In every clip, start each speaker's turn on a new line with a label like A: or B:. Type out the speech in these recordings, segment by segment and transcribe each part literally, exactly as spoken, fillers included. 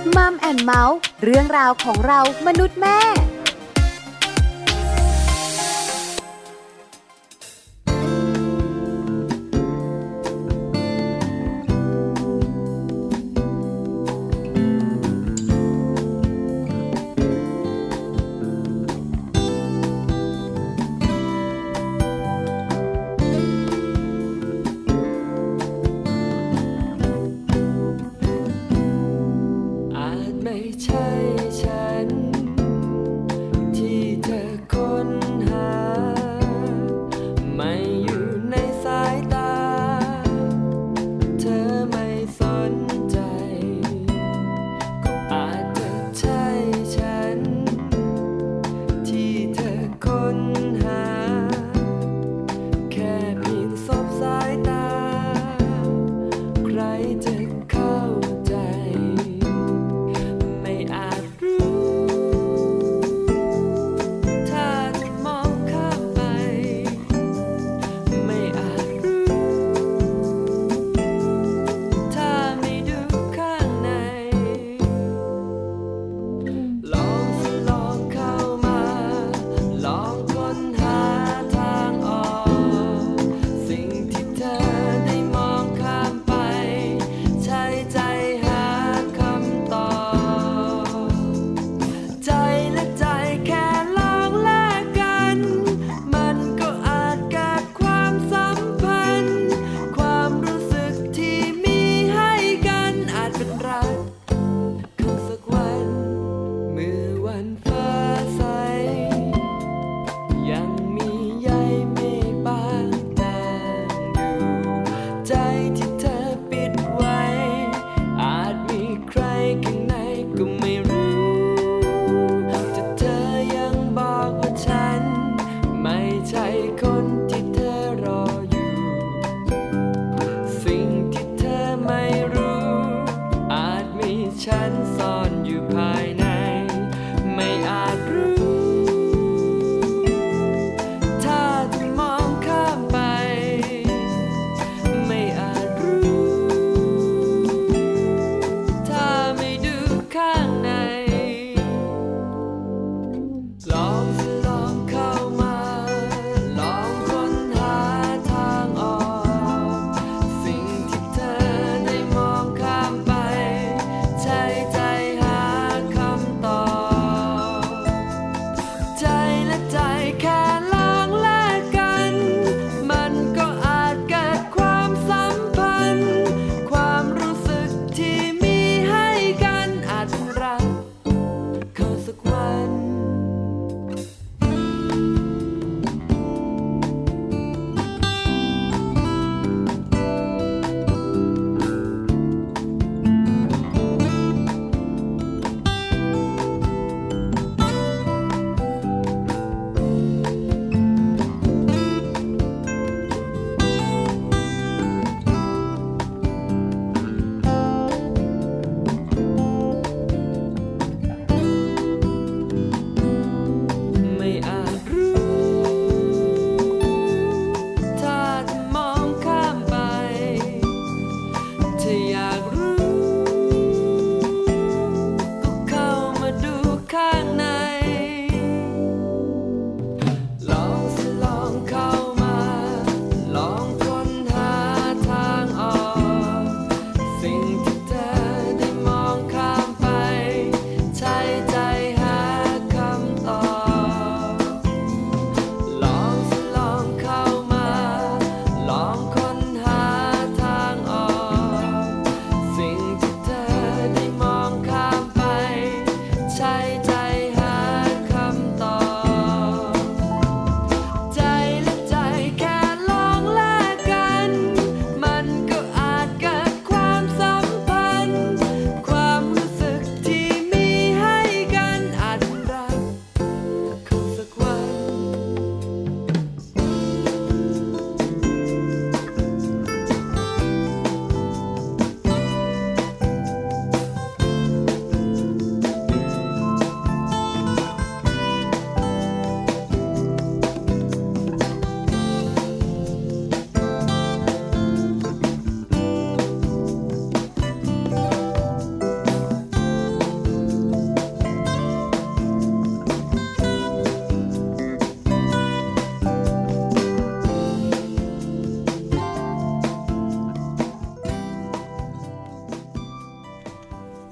A: มัมแอนเมาส์เรื่องราวของเรามนุษย์แม่
B: ไม่อาจ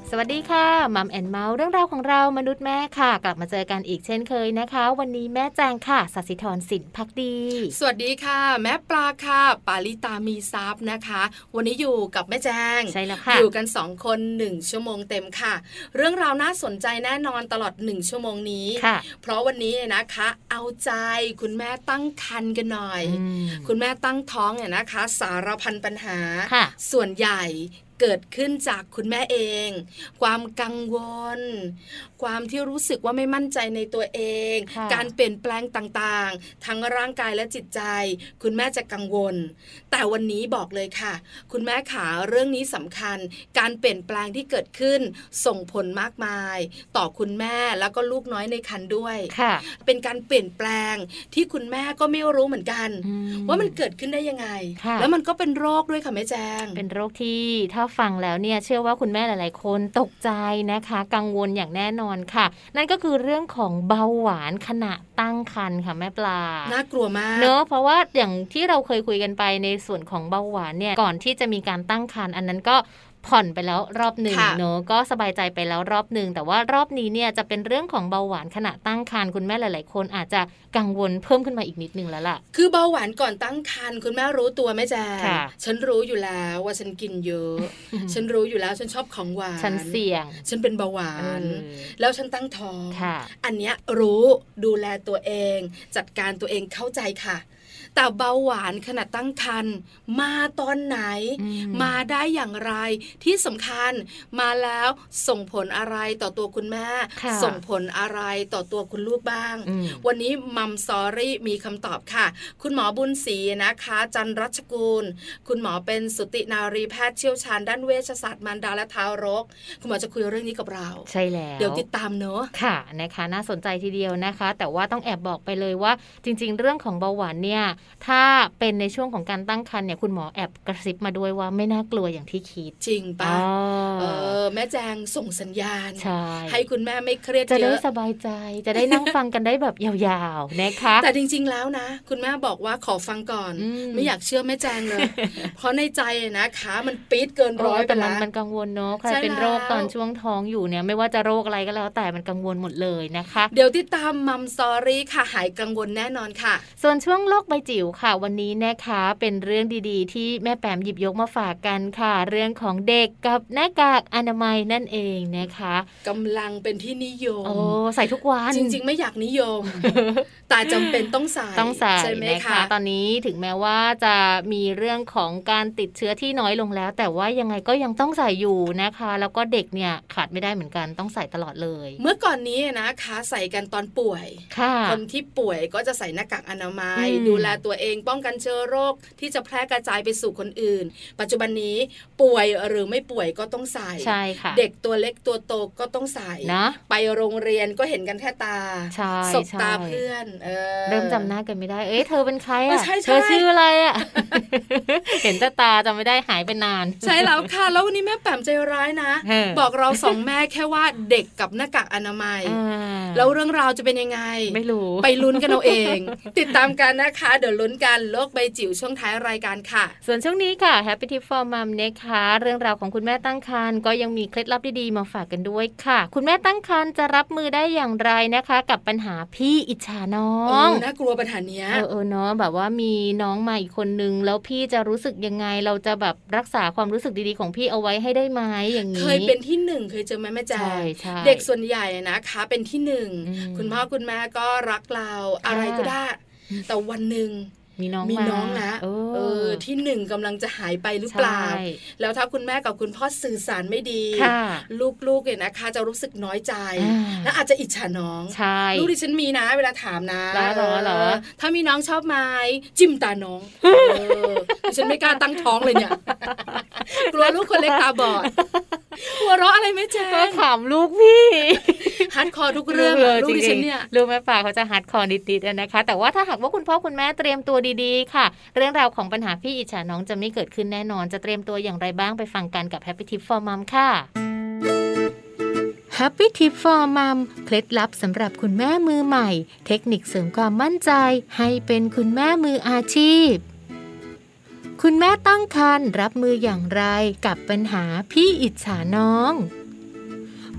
B: สวัสดีค่ะมัมแอนเมาส์เรื่องราวของเรามนุษย์แม่ค่ะกลับมาเจอกันอีกเช่นเคยนะคะวันนี้แม่แจงค่ะศศิธรสินภักดี
C: สวัสดีค่ะแม่ปลาค่ะปาลิตามีซับนะคะวันนี้อยู่กับแม่แจง
B: ใช่แล้วค่ะ
C: อยู่กันสองคนหนึ่งชั่วโมงเต็มค่ะเรื่องราวน่าสนใจแน่นอนตลอดหนึ่งชั่วโมงนี้เพราะวันนี้นะคะเอาใจคุณแม่ตั้งครรภ์กันหน่อยคุณแม่ตั้งท้องเนี่ยนะคะสารพันปัญหาส่วนใหญ่เกิดขึ้นจากคุณแม่เองความกังวลความที่รู้สึกว่าไม่มั่นใจในตัวเองการเปลี่ยนแปลงต่างๆทั้งร่างกายและจิตใจคุณแม่จะกังวลแต่วันนี้บอกเลยค่ะคุณแม่ขาเรื่องนี้สำคัญการเปลี่ยนแปลงที่เกิดขึ้นส่งผลมากมายต่อคุณแม่แล้วก็ลูกน้อยในครรภ์ด้วยเป็นการเปลี่ยนแปลงที่คุณแม่ก็ไม่รู้เหมือนกันว่ามันเกิดขึ้นได้ยังไงแล้วมันก็เป็นโรคด้วยค่ะแม่แจง
B: เป็นโรคที่ถ้าฟังแล้วเนี่ยเชื่อว่าคุณแม่หลายๆคนตกใจนะคะกังวลอย่างแน่นอนค่ะนั่นก็คือเรื่องของเบาหวานขณะตั้งครรภ์ค่ะแม่ปลา
C: น่ากลัวมาก
B: เนอะเพราะว่าอย่างที่เราเคยคุยกันไปในส่วนของเบาหวานเนี่ยก่อนที่จะมีการตั้งครรภ์อันนั้นก็ผ่อนไปแล้วรอบหนึ่งเนอะก็สบายใจไปแล้วรอบหนึ่งแต่ว่ารอบนี้เนี่ยจะเป็นเรื่องของเบาหวานขณะตั้งครรภ์คุณแม่หลายๆคนอาจจะกังวลเพิ่มขึ้นมาอีกนิดนึงแล้วล่ะ
C: คือเบาหวานก่อนตั้งครรภ์คุณแม่รู้ตัวไหมแจ๊ะฉันรู้อยู่แล้วว่าฉันกินเยอะ ฉันรู้อยู่แล้วฉันชอบของหวาน
B: ฉันเสี่ยง
C: ฉันเป็นเบาหวานแล้วฉันตั้งท้องอันเนี้ยรู้ดูแลตัวเองจัดการตัวเองเข้าใจค่ะแต่เบาหวานขณะตั้งครรภ์มาตอนไหนมาได้อย่างไรที่สำคัญมาแล้วส่งผลอะไรต่อตัวคุณแม่ส่งผลอะไรต่อตัวคุณลูกบ้างวันนี้มัมซอรี่มีคำตอบค่ะคุณหมอบุญศรีนะคะจันรัชกูลคุณหมอเป็นสุตินารีแพทย์เชี่ยวชาญด้านเวชศาสตร์มารดาและทารกคุณหมอจะคุยเรื่องนี้กับเรา
B: ใช่แล้ว
C: เดี๋ยวติดตามเนอะ
B: ค่ะนะคะน่าสนใจทีเดียวนะคะแต่ว่าต้องแอบบอกไปเลยว่าจริงๆเรื่องของเบาหวานเนี่ยถ้าเป็นในช่วงของการตั้งครรภ์เนี่ยคุณหมอแอบกระซิบมาด้วยว่าไม่น่ากลัวอย่างที่คิด
C: จริงปะเออแม่แจงส่งสัญญาณ ใ, ให้คุณแม่ไม่เครียดเยอะ
B: จะได้สบายใจจะได้นั่งฟังกันได้แบบยาวๆนะคะ
C: แต่จริงๆแล้วนะคุณแม่บอกว่าขอฟังก่อนไม่อยากเชื่อแม่แจงเลย เพราะในใจนะคะมันปี๊ดเกินร้อยไปแล้ว
B: มันกังวลเนาะใครเป็นโรคตอนช่วงท้องอยู่เนี่ยไม่ว่าจะโรคอะไรก็แล้วแต่มันกังวลหมดเลยนะคะ
C: เดี๋ยวติดตามมัมสตอรี่ค่ะหายกังวลแน่นอนค่ะ
B: ส่วนช่วงโลกใบจิ๋วค่ะวันนี้นะคะเป็นเรื่องดีๆที่แม่แปมหยิบยกมาฝากกันค่ะเรื่องของเด็กกับหน้ากากอนามัยนั่นเองนะคะ
C: กำลังเป็นที่นิยม
B: โอ้ใส่ทุกวัน
C: จริงๆไม่อยากนิยม แต่จำเป็นต้องใส่
B: ต้องใส่
C: ใช่ไหม
B: นะคะตอนนี้ถึงแม้ว่าจะมีเรื่องของการติดเชื้อที่น้อยลงแล้วแต่ว่ายังไงก็ยังต้องใส่อยู่นะคะแล้วก็เด็กเนี่ยขาดไม่ได้เหมือนกันต้องใส่ตลอดเลย
C: เมื่อก่อนนี้นะคะใส่กันตอนป่วยคนที่ป่วยก็จะใส่หน้ากากอนามัยดูแลตัวเองป้องกันเชื้อโรคที่จะแพร่กระจายไปสู่คนอื่นปัจจุบันนี้ป่วยหรือไม่ป่วยก็ต้องใส่
B: ใช่ค่ะ
C: เด็กตัวเล็กตัวโตก็ต้องใส่นะไปโรงเรียนก็เห็นกันแค่ตาสบตาเพื่อนเออ
B: เริ่มจำหน้ากันไม่ได้เอ๊ะเธอเป็นใครอ่ะเธอชื่ออะไรอ่ะ เห็นแต่ตาจำไม่ได้หายไปนาน
C: ใช่แล้วค่ะแล้ววันนี้แม่แปมใจร้ายนะบอกเราสองแม่แค่ว่าเด็กกับหน้ากากอนามัยแล้วเรื่องราวจะเป็นยังไง
B: ไม่รู้
C: ไปลุ้นกันเอาเองติดตามกันนะคะเดี๋ยวลุ้นกันโลกใบจิ๋วช่วงท้ายรายการค่ะ
B: ส่วนช่วงนี้ค่ะ Happy Tip for Mom นะคะเรื่องราวของคุณแม่ตั้งครรภ์ก็ยังมีเคล็ดลับดีๆมาฝากกันด้วยค่ะคุณแม่ตั้งครรภ์จะรับมือได้อย่างไรนะคะกับปัญหาพี่อิจฉาน้อง
C: น่ากลัวปัญหาเนี้ย
B: เออเออเนาะแบบว่ามีน้องมาอีกคนนึงแล้วพี่จะรู้สึกยังไงเราจะแบบรักษาความรู้สึกดีๆของพี่เอาไว้ให้ได้ไหมอย่างนี้
C: เคยเป็นที่หนึ่งเคยเจอไหมแม่แจ๊เด็กส่วนใหญ่นะคะเป็นที่หนึ่งคุณพ่อคุณแม่ก็รักเราอะไรก็ได้แต่วันหนึ่ง
B: มีน้อง
C: มีน้องนะเออที่หนึ่งกำลังจะหายไปหรือเปล่าแล้วถ้าคุณแม่กับคุณพ่อสื่อสารไม่ดีลูกๆเนี่ยนะคะจะรู้สึกน้อยใจและอาจจะอิจฉาน้องลูกที่ฉันมีนะเวลาถามนะถ้ามีน้องชอบไหมจิ้มตาน้องฉันไม่กล้าตั้งท้องเลยเนี่ยกลัวลูกคนเล็กตาบอดหัวเราะอะไรไม่แจ้ง
B: ขำลูกพี่
C: ฮัดคอทุกเรื่องลูกดิฉันเนี่ย
B: ลูกแม่ป่าเขาจะฮัดคอนิดๆนะคะแต่ว่าถ้าหากว่าคุณพ่อคุณแม่เตรียมตัวดีๆค่ะเรื่องราวของปัญหาพี่อิจฉาน้องจะไม่เกิดขึ้นแน่นอนจะเตรียมตัวอย่างไรบ้างไปฟังกันกับ Happy Tip for Mom ค่ะ Happy Tip for Mom เคล็ดลับสำหรับคุณแม่มือใหม่เทคนิคเสริมความมั่นใจให้เป็นคุณแม่มืออาชีพคุณแม่ตั้งครรภ์รับมืออย่างไรกับปัญหาพี่อิจฉาน้อง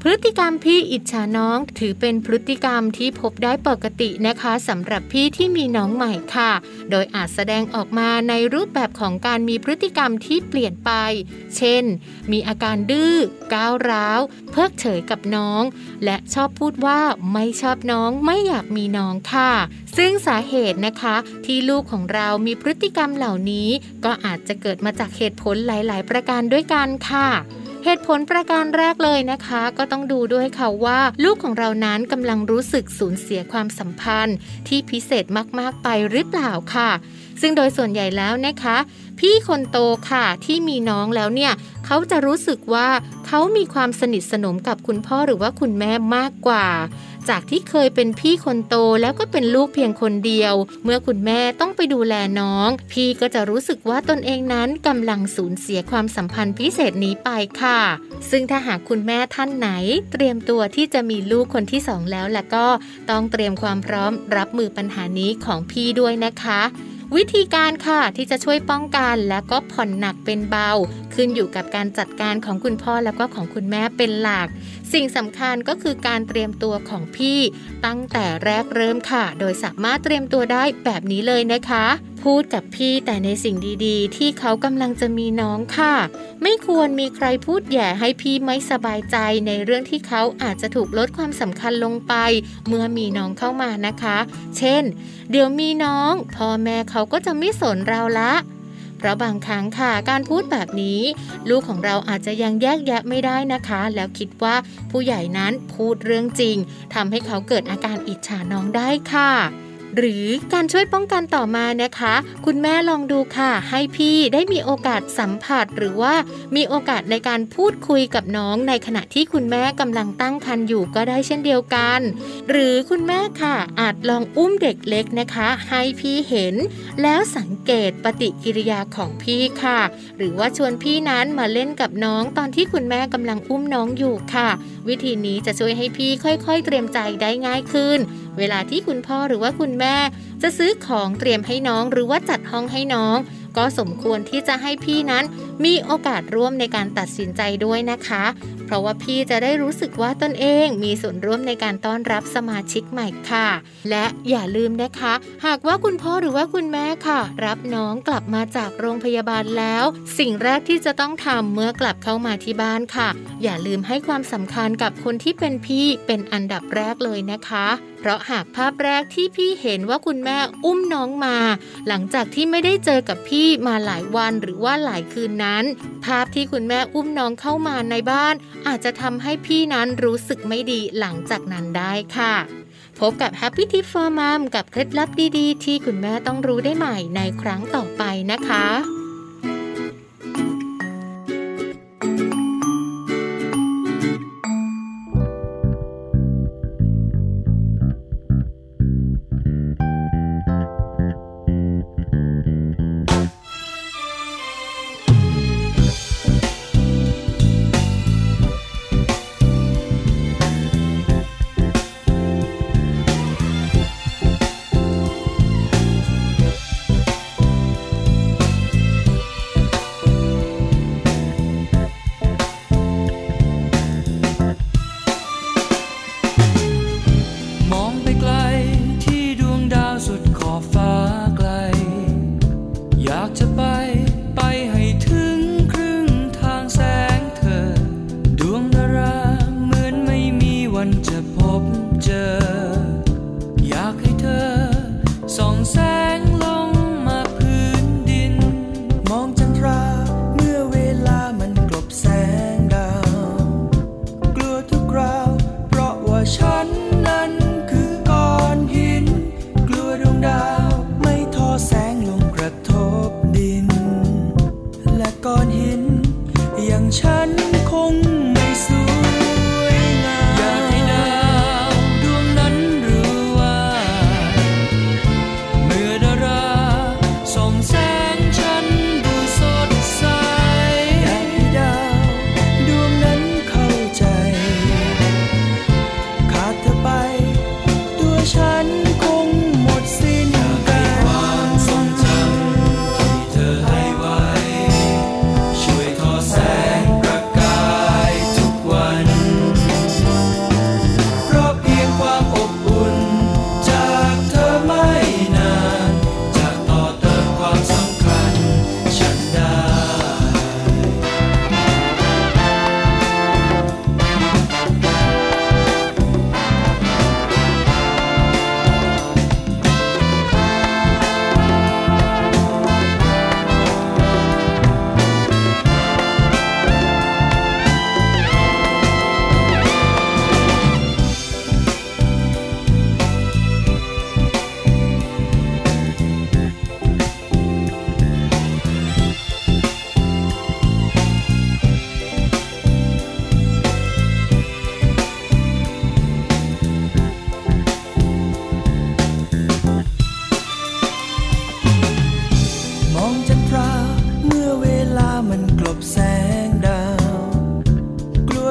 B: พฤติกรรมพี่อิจฉาน้องถือเป็นพฤติกรรมที่พบได้ปกตินะคะสำหรับพี่ที่มีน้องใหม่ค่ะโดยอาจแสดงออกมาในรูปแบบของการมีพฤติกรรมที่เปลี่ยนไปเช่นมีอาการดื้อก้าวร้าวเพิกเฉยกับน้องและชอบพูดว่าไม่ชอบน้องไม่อยากมีน้องค่ะซึ่งสาเหตุนะคะที่ลูกของเรามีพฤติกรรมเหล่านี้ก็อาจจะเกิดมาจากเหตุผลหลายๆประการด้วยกันค่ะเหตุผลประการแรกเลยนะคะก็ต้องดูด้วยค่ะว่าลูกของเรานั้นกำลังรู้สึกสูญเสียความสัมพันธ์ที่พิเศษมากๆไปหรือเปล่าค่ะซึ่งโดยส่วนใหญ่แล้วนะคะพี่คนโตค่ะที่มีน้องแล้วเนี่ยเขาจะรู้สึกว่าเขามีความสนิทสนมกับคุณพ่อหรือว่าคุณแม่มากกว่าจากที่เคยเป็นพี่คนโตแล้วก็เป็นลูกเพียงคนเดียวเมื่อคุณแม่ต้องไปดูแลน้องพี่ก็จะรู้สึกว่าตนเองนั้นกำลังสูญเสียความสัมพันธ์พิเศษนี้ไปค่ะซึ่งถ้าหากคุณแม่ท่านไหนเตรียมตัวที่จะมีลูกคนที่สองแล้วแล้วก็ต้องเตรียมความพร้อมรับมือปัญหานี้ของพี่ด้วยนะคะวิธีการค่ะที่จะช่วยป้องกันและก็ผ่อนหนักเป็นเบาขึ้นอยู่กับการจัดการของคุณพ่อแล้วก็ของคุณแม่เป็นหลักสิ่งสำคัญก็คือการเตรียมตัวของพี่ตั้งแต่แรกเริ่มค่ะโดยสามารถเตรียมตัวได้แบบนี้เลยนะคะพูดกับพี่แต่ในสิ่งดีๆที่เขากำลังจะมีน้องค่ะไม่ควรมีใครพูดแย่ให้พี่ไม่สบายใจในเรื่องที่เขาอาจจะถูกลดความสำคัญลงไปเมื่อมีน้องเข้ามานะคะเช่นเดี๋ยวมีน้องพ่อแม่เขาก็จะไม่สนเราละเพราะบางครั้งค่ะการพูดแบบนี้ลูกของเราอาจจะยังแยกแยะไม่ได้นะคะแล้วคิดว่าผู้ใหญ่นั้นพูดเรื่องจริงทำให้เขาเกิดอาการอิจฉาน้องได้ค่ะหรือการช่วยป้องกันต่อมานะคะคุณแม่ลองดูค่ะให้พี่ได้มีโอกาสสัมผัสหรือว่ามีโอกาสในการพูดคุยกับน้องในขณะที่คุณแม่กำลังตั้งครรภ์อยู่ก็ได้เช่นเดียวกันหรือคุณแม่ค่ะอาจลองอุ้มเด็กเล็กนะคะให้พี่เห็นแล้วสังเกตปฏิกิริยาของพี่ค่ะหรือว่าชวนพี่นั้นมาเล่นกับน้องตอนที่คุณแม่กำลังอุ้มน้องอยู่ค่ะวิธีนี้จะช่วยให้พี่ค่อยๆเตรียมใจได้ง่ายขึ้นเวลาที่คุณพ่อหรือว่าคุณแม่จะซื้อของเตรียมให้น้องหรือว่าจัดห้องให้น้องก็สมควรที่จะให้พี่นั้นมีโอกาสร่วมในการตัดสินใจด้วยนะคะเพราะว่าพี่จะได้รู้สึกว่าตนเองมีส่วนร่วมในการต้อนรับสมาชิกใหม่ค่ะและอย่าลืมนะคะหากว่าคุณพ่อหรือว่าคุณแม่ค่ะรับน้องกลับมาจากโรงพยาบาลแล้วสิ่งแรกที่จะต้องทำเมื่อกลับเข้ามาที่บ้านค่ะอย่าลืมให้ความสำคัญกับคนที่เป็นพี่เป็นอันดับแรกเลยนะคะเพราะหากภาพแรกที่พี่เห็นว่าคุณแม่อุ้มน้องมาหลังจากที่ไม่ได้เจอกับพี่มาหลายวันหรือว่าหลายคืนนั้นภาพที่คุณแม่อุ้มน้องเข้ามาในบ้านอาจจะทำให้พี่นั้นรู้สึกไม่ดีหลังจากนั้นได้ค่ะพบกับ Happy Tip for Mom กับเคล็ดลับดีๆที่คุณแม่ต้องรู้ได้ใหม่ในครั้งต่อไปนะคะ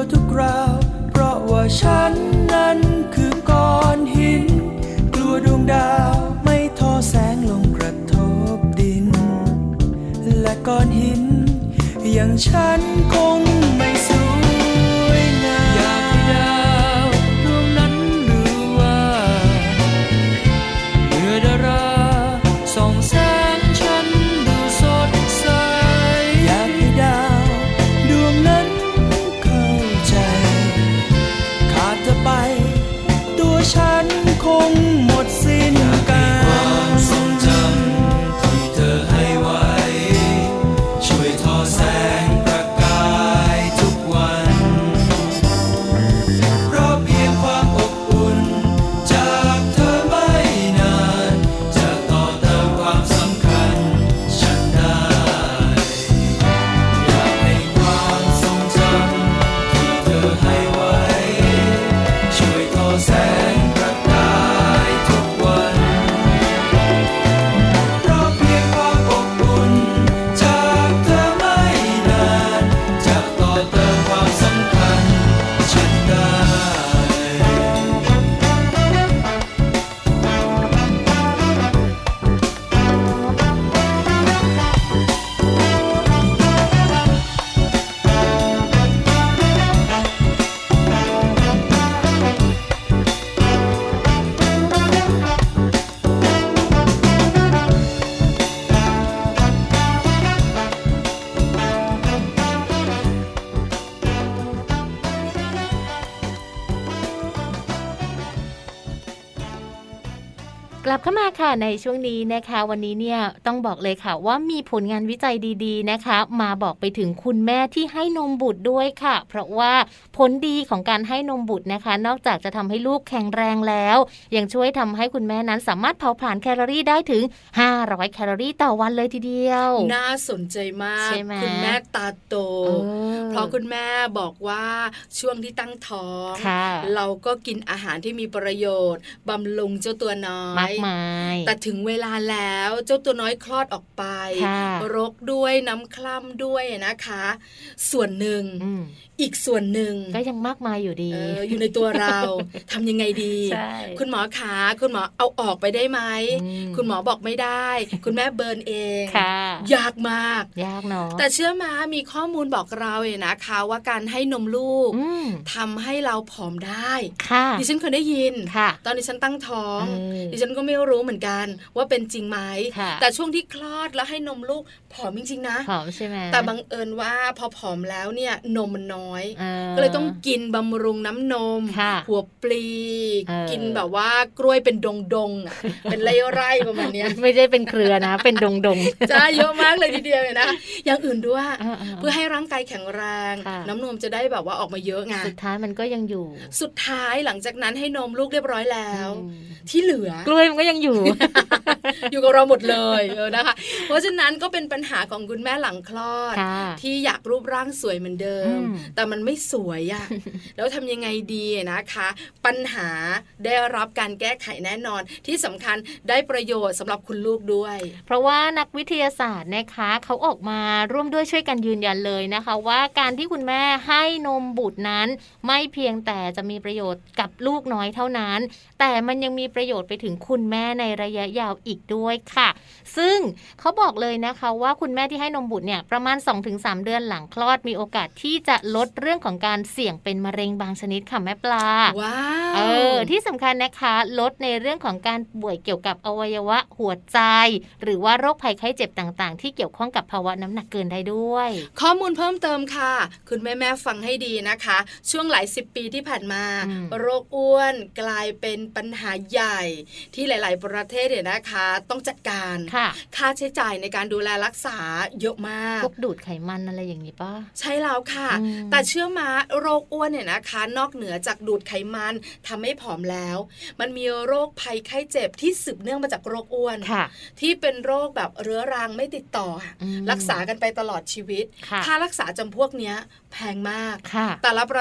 D: ทุกคราวเพราะว่าฉันนั้นคือก้อนหินกลัวดวงดาวไม่ทอแสงลงกระทบดินและก้อนหินอย่างฉันคงไม่สวยงามอยากให้ดาวดวงนั้นรู้ว่าเมื่อดาราส่องแสงฉันดูสดใสอยากให้ดาวดวงนั้นเข้าใจขาดเธอไปตัวฉันคงหมดสิ้นการความทรงจำที่เธอให้ไว้ช่วยทอแสงประกายทุกวันเพราะเพียงความอบอุ่นจากเธอไม่นานจะต่อเติมความสำคัญฉันได้อยากให้ความทรงจำที่เธอให้ไว้ช่วยทอแสงประกายทุกวันเพราะเพียงความอบอุ่นจากเธอไม่นานจะต่อเติมความสำคัญฉันได้
B: กลับเข้ามาค่ะในช่วงนี้นะคะวันนี้เนี่ยต้องบอกเลยค่ะว่ามีผลงานวิจัยดีๆนะคะมาบอกไปถึงคุณแม่ที่ให้นมบุตรด้วยค่ะเพราะว่าผลดีของการให้นมบุตรนะคะนอกจากจะทำให้ลูกแข็งแรงแล้วยังช่วยทำให้คุณแม่นั้นสามารถเผาผลาญแคลอรี่ได้ถึงห้าร้อยแคลอรี่ต่อวันเลยทีเดียว
C: น่าสนใจมากคุณแม่ตาโตเพราะคุณแม่บอกว่าช่วงที่ตั้งท้องเราก็กินอาหารที่มีประโยชน์บำรุงเจ้าตัวน้อยแต่ถึงเวลาแล้วเจ้าตัวน้อยคลอดออกไปรกด้วยน้ำคร่ำด้วยนะคะส่วนหนึ่งอีกส่วนหนึ่ง
B: ก็ยังมากมายอยู่ดี
C: อ, ออยู่ในตัวเราทำยังไงดีคุณหมอขาคุณหมอเอาออกไปได้ไหมคุณหมอบอกไม่ได้คุณแม่เบิร์นเองยากมาก
B: ยากเนาะ
C: แต่เชื่อมามีข้อมูลบอกเราเนี่ยนะคะว่าการให้นมลูกทำให้เราผอมได้ดิฉันเคยได้ยินตอนดิฉันตั้งท้องดิฉันก็ไม่รู้เหมือนกันว่าเป็นจริงไหมแต่ช่วงที่คลอดแล้วให้นมลูกผอมจริงๆนะ
B: ผอมใช่ไหม
C: แต่บังเอิญว่าพอผอมแล้วเนี่ยนมมันน้อยก็เลยต้องกินบำรุงน้ำนมหัวปลีกินแบบว่ากล้วยเป็นดงดงเป็นไร่ไร่ประมาณนี้
B: ไม่ใช่เป็นเครือนะเป็นดงดง
C: จ้าเยอะมากเลยทีเดียวเลยนะอย่างอื่นด้วยเพื่อให้ร่างกายแข็งแรงน้ำนมจะได้แบบว่าออกมาเยอะไง
B: สุดท้ายมันก็ยังอยู่
C: สุดท้ายหลังจากนั้นให้นมลูกเรียบร้อยแล้วที่เหลือก
B: ล้วยมันก็ยังอยู่
C: อยู่กับเราหมดเลยเออนะคะเพราะฉะนั้นก็เป็นปัญหาของคุณแม่หลังคลอดที่อยากรูปร่างสวยเหมือนเดิมแต่มันไม่สวยอะแล้วทำยังไงดีนะคะปัญหาได้รับการแก้ไขแน่นอนที่สำคัญได้ประโยชน์สำหรับคุณลูกด้วย
B: เพราะว่านักวิทยาศาสตร์นะคะเขาออกมาร่วมด้วยช่วยกันยืนยันเลยนะคะว่าการที่คุณแม่ให้นมบุตรนั้นไม่เพียงแต่จะมีประโยชน์กับลูกน้อยเท่านั้นแต่มันยังมีประโยชน์ไปถึงคุณแม่ในระยะยาวอีกด้วยค่ะซึ่งเขาบอกเลยนะคะว่าคุณแม่ที่ให้นมบุตรเนี่ยประมาณ สองถึงสาม เดือนหลังคลอดมีโอกาสที่จะลดเรื่องของการเสี่ยงเป็นมะเร็งบางชนิดค่ะแม่ปลา
C: ว้าว
B: เออที่สำคัญนะคะลดในเรื่องของการป่วยเกี่ยวกับอวัยวะหัวใจหรือว่าโรคภัยไข้เจ็บต่างๆที่เกี่ยวข้องกับภาวะน้ำหนักเกินได้ด้วย
C: ข้อมูลเพิ่มเติมค่ะคุณแม่ๆฟังให้ดีนะคะช่วงหลายสิบปีที่ผ่านมาโรคอ้วนกลายเป็นปัญหาใหญ่ที่หลายๆประเทศเนี่ยนะคะต้องจัดการค่าใช้จ่ายในการดูแลรักษาเยอะมาก
B: พวกดูดไขมันอะไรอย่างนี้ป่ะ
C: ใช่แล้วค่ะแต่เชื่อมาโรคอ้วนเนี่ยนะคะนอกเหนือจากดูดไขมันทำให้ผอมแล้วมันมีโรคภัยไข้เจ็บที่สืบเนื่องมาจากโรคอ้วนที่เป็นโรคแบบเรื้อรังไม่ติดต่อรักษากันไปตลอดชีวิตค่ารักษาจำพวกเนี้ยแพงมากแต่ละประเทศ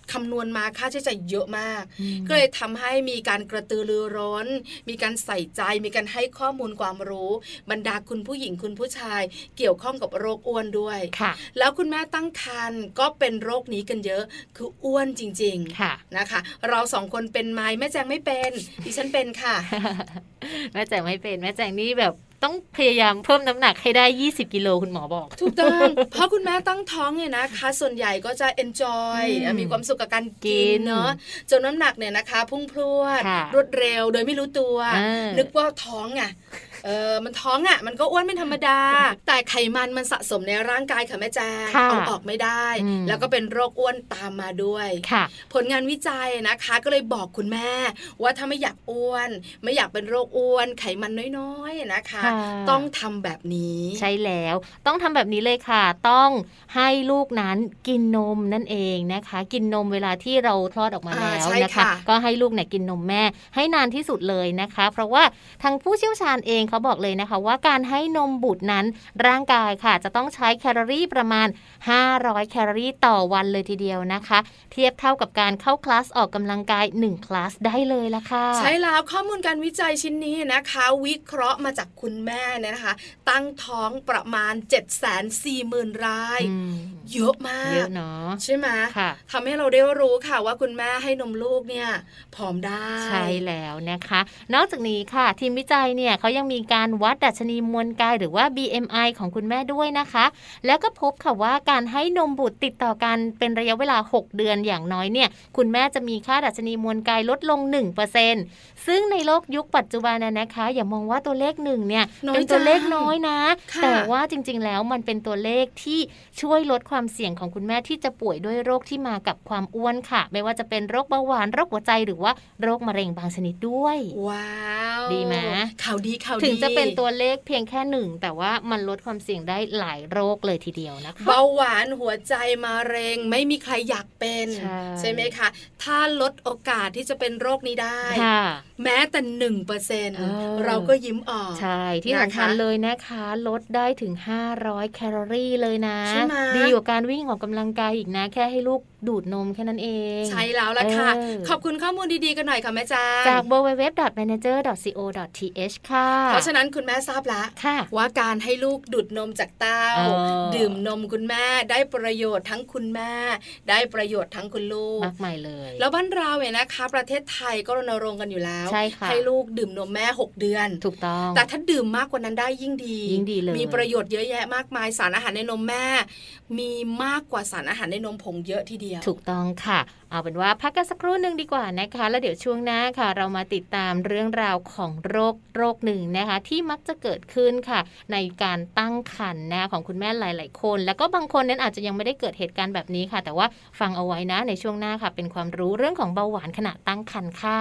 C: คำนวณมาค่าใช้จ่ายเยอะมากก็เลยทำให้มีการกระตือรือร้นมีการใส่ใจมีการให้ข้อมูลความรู้บรรดาคุณผู้หญิงคุณผู้ชายเกี่ยวข้องกับโรคอ้วนด้วยแล้วคุณแม่ตั้งครรภ์ก็เป็นโรคนี้กันเยอะคืออ้วนจริงๆนะคะเราสองคนเป็นไหมแม่แจงไม่เป็นดิฉันเป็นค่ะ
B: แม่แจงไม่เป็นแม่แจงนี่แบบต้องพยายามเพิ่มน้ำหนักให้ได้ยี่สิบกิโลคุณหมอบอก
C: ถูกต้อง เพราะคุณแม่ตั้งท้องเนี่ยนะคะส่วนใหญ่ก็จะ enjoy มีความสุขกับการกินเนาะจนน้ำหนักเนี่ยนะคะพุ่งพรวดรวดเร็วโดยไม่รู้ตัวนึกว่าท้องไงเออมันท้องอ่ะมันก็อ้วนเป็นธรรมดาแต่ไขมันมันสะสมในร่างกายค่ะแม่แจ้งเอาออกไม่ได้แล้วก็เป็นโรคอ้วนตามมาด้วยผลงานวิจัยนะคะก็เลยบอกคุณแม่ว่าถ้าไม่อยากอ้วนไม่อยากเป็นโรคอ้วนไขมันน้อยๆนะคะต้องทำแบบนี้
B: ใช่แล้วต้องทำแบบนี้เลยค่ะต้องให้ลูกนั้นกินนมนั่นเองนะคะกินนมเวลาที่เราคลอดออกมาแล้วนะคะก็ให้ลูกเนี่ยกินนมแม่ให้นานที่สุดเลยนะคะเพราะว่าทางผู้เชี่ยวชาญเองเขาบอกเลยนะคะว่าการให้นมบุตรนั้นร่างกายค่ะจะต้องใช้แคลอรี่ประมาณห้าร้อยแคลอรี่ต่อวันเลยทีเดียวนะคะเทียบเท่ากับการเข้าคลาสออกกำลังกายหนึ่งคลาสได้เลยละค่ะ
C: ใช่แล้วข้อมูลการวิจัยชิ้นนี้นะคะวิเคราะห์มาจากคุณแม่นะคะตั้งท้องประมาณ เจ็ดแสนสี่หมื่น รายเยอะมาก
B: เยอะเนาะ
C: ใช่ไหมทำให้เราได้รู้ค่ะว่าคุณแม่ให้นมลูกเนี่ยผอมได้
B: ใช่แล้วนะคะนอกจากนี้ค่ะทีมวิจัยเนี่ยเขายังมีการวัดดัชนีมวลกายหรือว่า บี เอ็ม ไอ ของคุณแม่ด้วยนะคะแล้วก็พบค่ะว่าการให้นมบุตรติดต่อกันเป็นระยะเวลาหกเดือนอย่างน้อยเนี่ยคุณแม่จะมีค่าดัชนีมวลกายลดลง หนึ่งเปอร์เซ็นต์ ซึ่งในโลกยุคปัจจุบันน่ะนะคะอย่ามองว่าตัวเลขหนึ่งเนี่ยเป็นตัวเลขน้อยนะแต่ว่าจริงๆแล้วมันเป็นตัวเลขที่ช่วยลดความเสี่ยงของคุณแม่ที่จะป่วยด้วยโรคที่มากับความอ้วนค่ะไม่ว่าจะเป็นโรคเบาหวานโรคหัวใจหรือว่าโรคมะเร็งบางชนิดด้วย
C: ว้าว
B: ดีไหม
C: ข่าวดีข่าวดี
B: ถึงจะเป็นตัวเลขเพียงแค่หนึ่งแต่ว่ามันลดความเสี่ยงได้หลายโรคเลยทีเดียวนะคะ
C: เบาหวานหัวใจมะเร็งไม่มีใครอยากเป็นใช่, ใช่ไหมคะถ้าลดโอกาสที่จะเป็นโรคนี้ได้แม้แต่ หนึ่งเปอร์เซ็นต์ เราก็ยิ้มออก
B: ใช่ที่สำคัญเลยนะคะลดได้ถึงห้าร้อยแคลอรี่เลยนะดีกว่าการวิ่งออกกำลังกายอีกนะแค่ให้ลูกดูดนมแค่นั้นเอง
C: ใช่แล้วล่ะค่ะขอบคุณข้อมูลดีๆกันหน่อยค่ะแม่จ้า
B: จาก ดับเบิลยู ดับเบิลยู ดับเบิลยู ดอท แมเนเจอร์ ดอท ซี โอ ดอท ที เอช ค่ะ
C: เพราะฉะนั้นคุณแม่ทราบแล้วว่าการให้ลูกดูดนมจากเต้าดื่มนมคุณแม่ได้ประโยชน์ทั้งคุณแม่ได้ประโยชน์ทั้งคุณลูก
B: มากมายเลย
C: แล้วบ้านเราเนี่ยนะคะประเทศไทยก็รณรงค์กันอยู่แล้วใให้ลูกดื่มนมแม่หกเดือน
B: ถูกต้อง
C: แต่ถ้าดื่มมากกว่านั้นได้ยิ่งดี
B: ยิ่งดีเลย
C: มีประโยชน์เยอะแยะมากมายสารอาหารในนมแม่มีมากกว่าสารอาหารในนมผงเยอะทีเดียว
B: ถูกต้องค่ะเอาเป็นว่าพักกันสักครู่นึงดีกว่านะคะแล้วเดี๋ยวช่วงหน้าค่ะเรามาติดตามเรื่องราวของโรคโรคหนึ่งนะคะที่มักจะเกิดขึ้นค่ะในการตั้งครรภ์นะของคุณแม่หลายๆคนแล้วก็บางคนนั้นอาจจะยังไม่ได้เกิดเหตุการณ์แบบนี้ค่ะแต่ว่าฟังเอาไว้นะในช่วงหน้าค่ะเป็นความรู้เรื่องของเบาหวานขณะตั้งครรภ์ค่ะ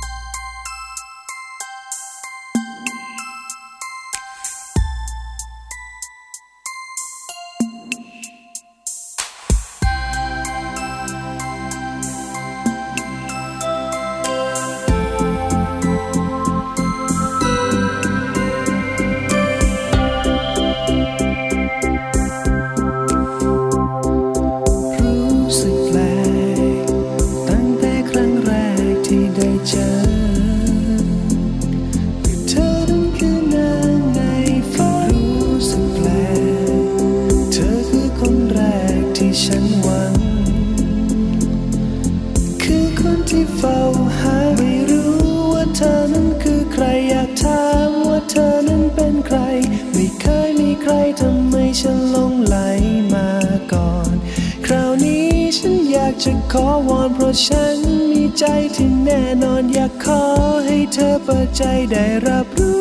D: จะขอวอนเพราะฉันมีใจที่แน่นอนอยากขอให้เธอเปิดใจได้รับรู้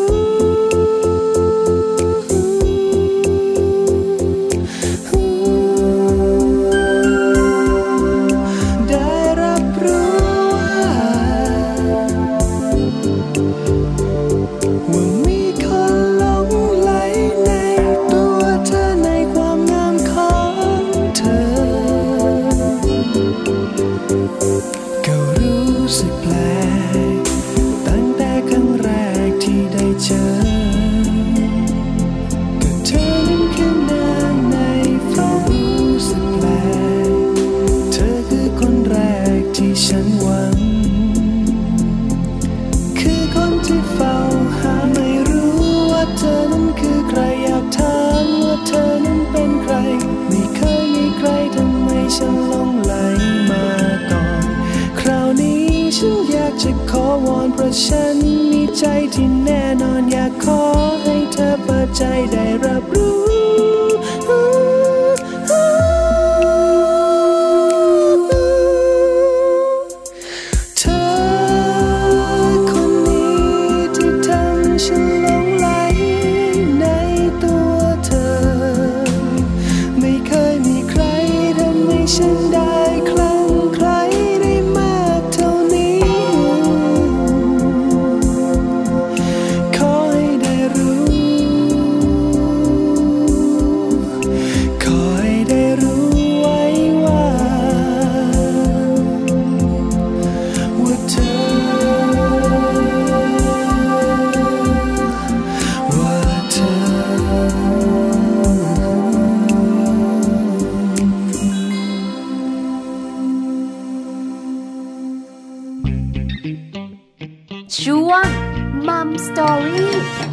D: ได้รับรู้ว่ามีคนหลงไหลในตัวเธอในความงามของเธอก็รู้สึกแปลกตั้งแต่ครั้งแรกที่ได้เจอก็เธอนั้นแค่นางในฝันรู้สึกแปลกเธอคือคนแรกวอนเพราะฉันมีใจที่แน่นอนอยากขอให้เธอเปิดใจได้รับรู้
A: ช่วง Mum Story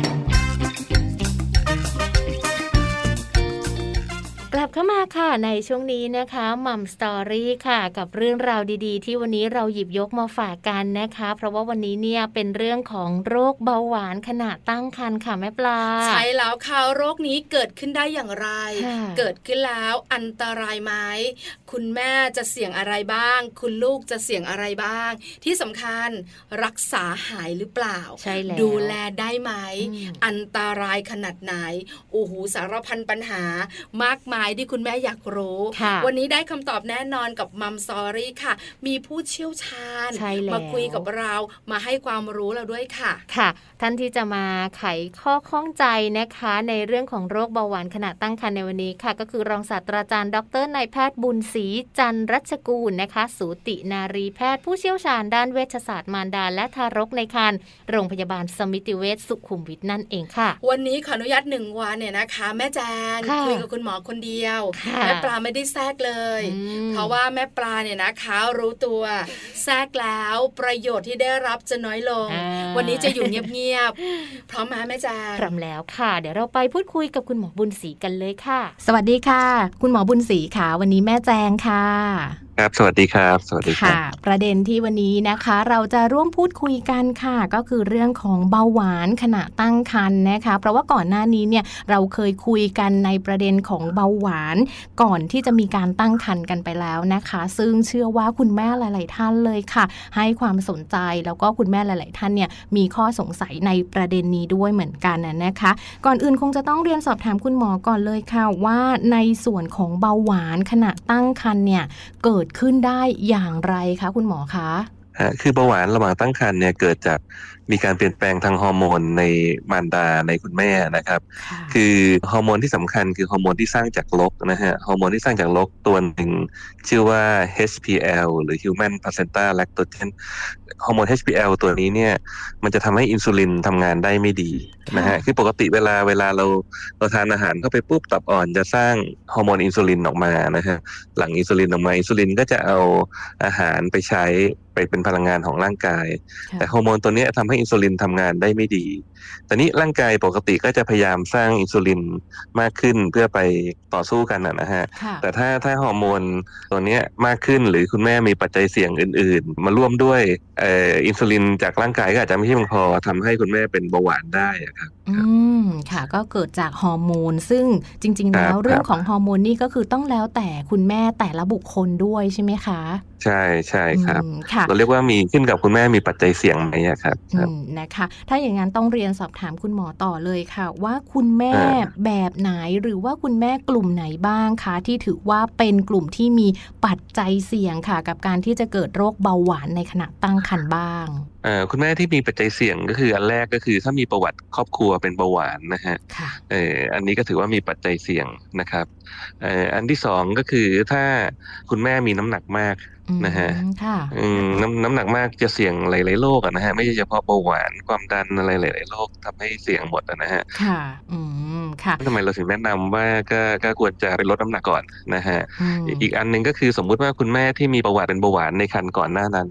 B: กลับเข้ามาค่ะในช่วงนี้นะคะมัมสตอรี่ค่ะกับเรื่องราวดีๆที่วันนี้เราหยิบยกมาฝากกันนะคะเพราะว่าวันนี้เนี่ยเป็นเรื่องของโรคเบาหวานขณะตั้งครรภ์ค่ะแม่ปลา
C: ใช่แล้วค่ะโรคนี้เกิดขึ้นได้อย่างไรเกิดขึ้นแล้วอันตรายไหมคุณแม่จะเสี่ยงอะไรบ้างคุณลูกจะเสี่ยงอะไรบ้างที่สำคัญรักษาหายหรือเปล่า
B: ใช่แล้ว
C: ดูแลได้ไหมอันตรายขนาดไหนโอ้โหสารพันปัญหามากมายที่คุณแม่อยากรู้วันนี้ได้คำตอบแน่นอนกับมัมสตอรี่ค่ะมีผู้เชี่ยวชาญมาคุยกับเรามาให้ความรู้เราด้วยค่ะ
B: ค่ะท่านที่จะมาไขข้อข้องใจนะคะในเรื่องของโรคเบาหวานขณะตั้งครรภ์ในวันนี้ค่ะก็คือรองศาสตราจารย์ดรนายแพทย์บุญศรีจันทรัชกูลนะคะสูตินารีแพทย์ผู้เชี่ยวชาญด้านเวชศาสตร์มารดาและทารกในครรภ์โรงพยาบาลสมิติเวชสุขุมวิทนั่นเองค่ะ
C: วันนี้ขออนุญาตหนึ่งวันเนี่ยนะคะแม่แจงคุยกับคุณหมอคนเดียวแม่ปลาไม่ได้แทรกเลยเพราะว่าแม่ปลาเนี่ยนะคะรู้ตัวแทรกแล้วประโยชน์ที่ได้รับจะน้อยลงวันนี้จะอยู่เงียบๆพร้อมไหมแม่แจง
B: พร้อมแล้วค่ะเดี๋ยวเราไปพูดคุยกับคุณหมอบุญศรีกันเลยค่ะ
A: สวัสดีค่ะคุณหมอบุญศรีค่ะวันนี้แม่แจงค่ะ
E: ครับสวัสดีครับสวัสดีครับ
A: ประเด็นที่วันนี้นะคะเราจะร่วมพูดคุยกันค่ะก็คือเรื่องของเบาหวานขณะตั้งครรภ์นะคะเพราะว่าก่อนหน้านี้เนี่ยเราเคยคุยกันในประเด็นของเบาหวานก่อนที่จะมีการตั้งครรภ์กันไปแล้วนะคะซึ่งเชื่อว่าคุณแม่หลายๆท่านเลยค่ะให้ความสนใจแล้วก็คุณแม่หลายๆท่านเนี่ยมีข้อสงสัยในประเด็นนี้ด้วยเหมือนกันนะคะก่อนอื่นคงจะต้องเรียนสอบถามคุณหมอก่อนเลยค่ะว่าในส่วนของเบาหวานขณะตั้งครรภ์เนี่ยเกิดขึ้นได้อย่างไรคะคุณหมอคะ
E: คือเบาหวานระหว่างตั้งครรภ์เนี่ยเกิดจากมีการเปลี่ยนแปลงทางฮอร์โมนในมารดาในคุณแม่นะครับคือฮอร์โมนที่สำคัญคือฮอร์โมนที่สร้างจากรกนะฮะฮอร์โมนที่สร้างจากรกตัวหนึ่งชื่อว่า เอช พี แอล หรือ Human Placenta Lactogen ฮอร์โมน เอช พี แอล ตัวนี้เนี่ยมันจะทำให้อินซูลินทำงานได้ไม่ดีนะฮะคือปกติเวลาเวลาเราเราทานอาหารเข้าไปปุ๊บตับอ่อนจะสร้างฮอร์โมนอินซูลินออกมานะฮะหลังอินซูลินออกมาอินซูลินก็จะเอาอาหารไปใช้ไปเป็นพลังงานของร่างกายแต่ฮอร์โมนตัวนี้ทำให้อินซูลินทำงานได้ไม่ดีแต่นี้ร่างกายปกติก็จะพยายามสร้างอินซูลินมากขึ้นเพื่อไปต่อสู้กันนะฮะแต่ถ้าถ้าฮอร์โมนตัวนี้มากขึ้นหรือคุณแม่มีปัจจัยเสี่ยงอื่นๆมาร่วมด้วยเอ่ออินซูลินจากร่างกายก็อาจจะไม่เพียงพอทำให้คุณแม่เป็นเบาหวานได้ครับ
A: อืมค่ะก็เกิดจากฮอร์โมนซึ่งจริงๆแล้วเรื่องของฮอร์โมนนี่ก็คือต้องแล้วแต่คุณแม่แต่ละบุคคลด้วยใช่ไหมคะ
E: ใช่ใช่ครับเราเรียกว่ามีขึ้นกับคุณแม่มีปัจจัยเสี่ยงไหมครับ
A: นะคะถ้าอย่างนั้นต้องเรียนสอบถามคุณหมอต่อเลยค่ะว่าคุณแม่แบบไหนหรือว่าคุณแม่กลุ่มไหนบ้างคะที่ถือว่าเป็นกลุ่มที่มีปัจจัยเสี่ยงค่ะกับการที่จะเกิดโรคเบาหวานในขณะตั้งครรภ์บ้าง
E: คุณแม่ที่มีปัจจัยเสี่ยงก็คืออันแรกก็คือถ้ามีประวัติครอบครัวเป็นเบาหวานนะฮะเอออันนี้ก็ถือว่ามีปัจจัยเสี่ยงนะครับเอ่ออันที่สองก็คือถ้าคุณแม่มีน้ำหนักมากนะฮะน้ำน้ำหนักมากจะเสี่ยงหลายๆโรคนะฮะไม่ใช่เฉพาะเบาหวานความดันอะไรหลายๆโรคทำให้เสี่ยงหมดนะฮะ
A: ค่ะอืมค่ะ
E: ทำไมเราถึงแนะนำว่าก็ก็ควรจะไปลดน้ำหนักก่อนนะฮะอีกอันนึงก็คือสมมุติว่าคุณแม่ที่มีประวัติเป็นเบาหวานในครรภ์ก่อนหน้านั้น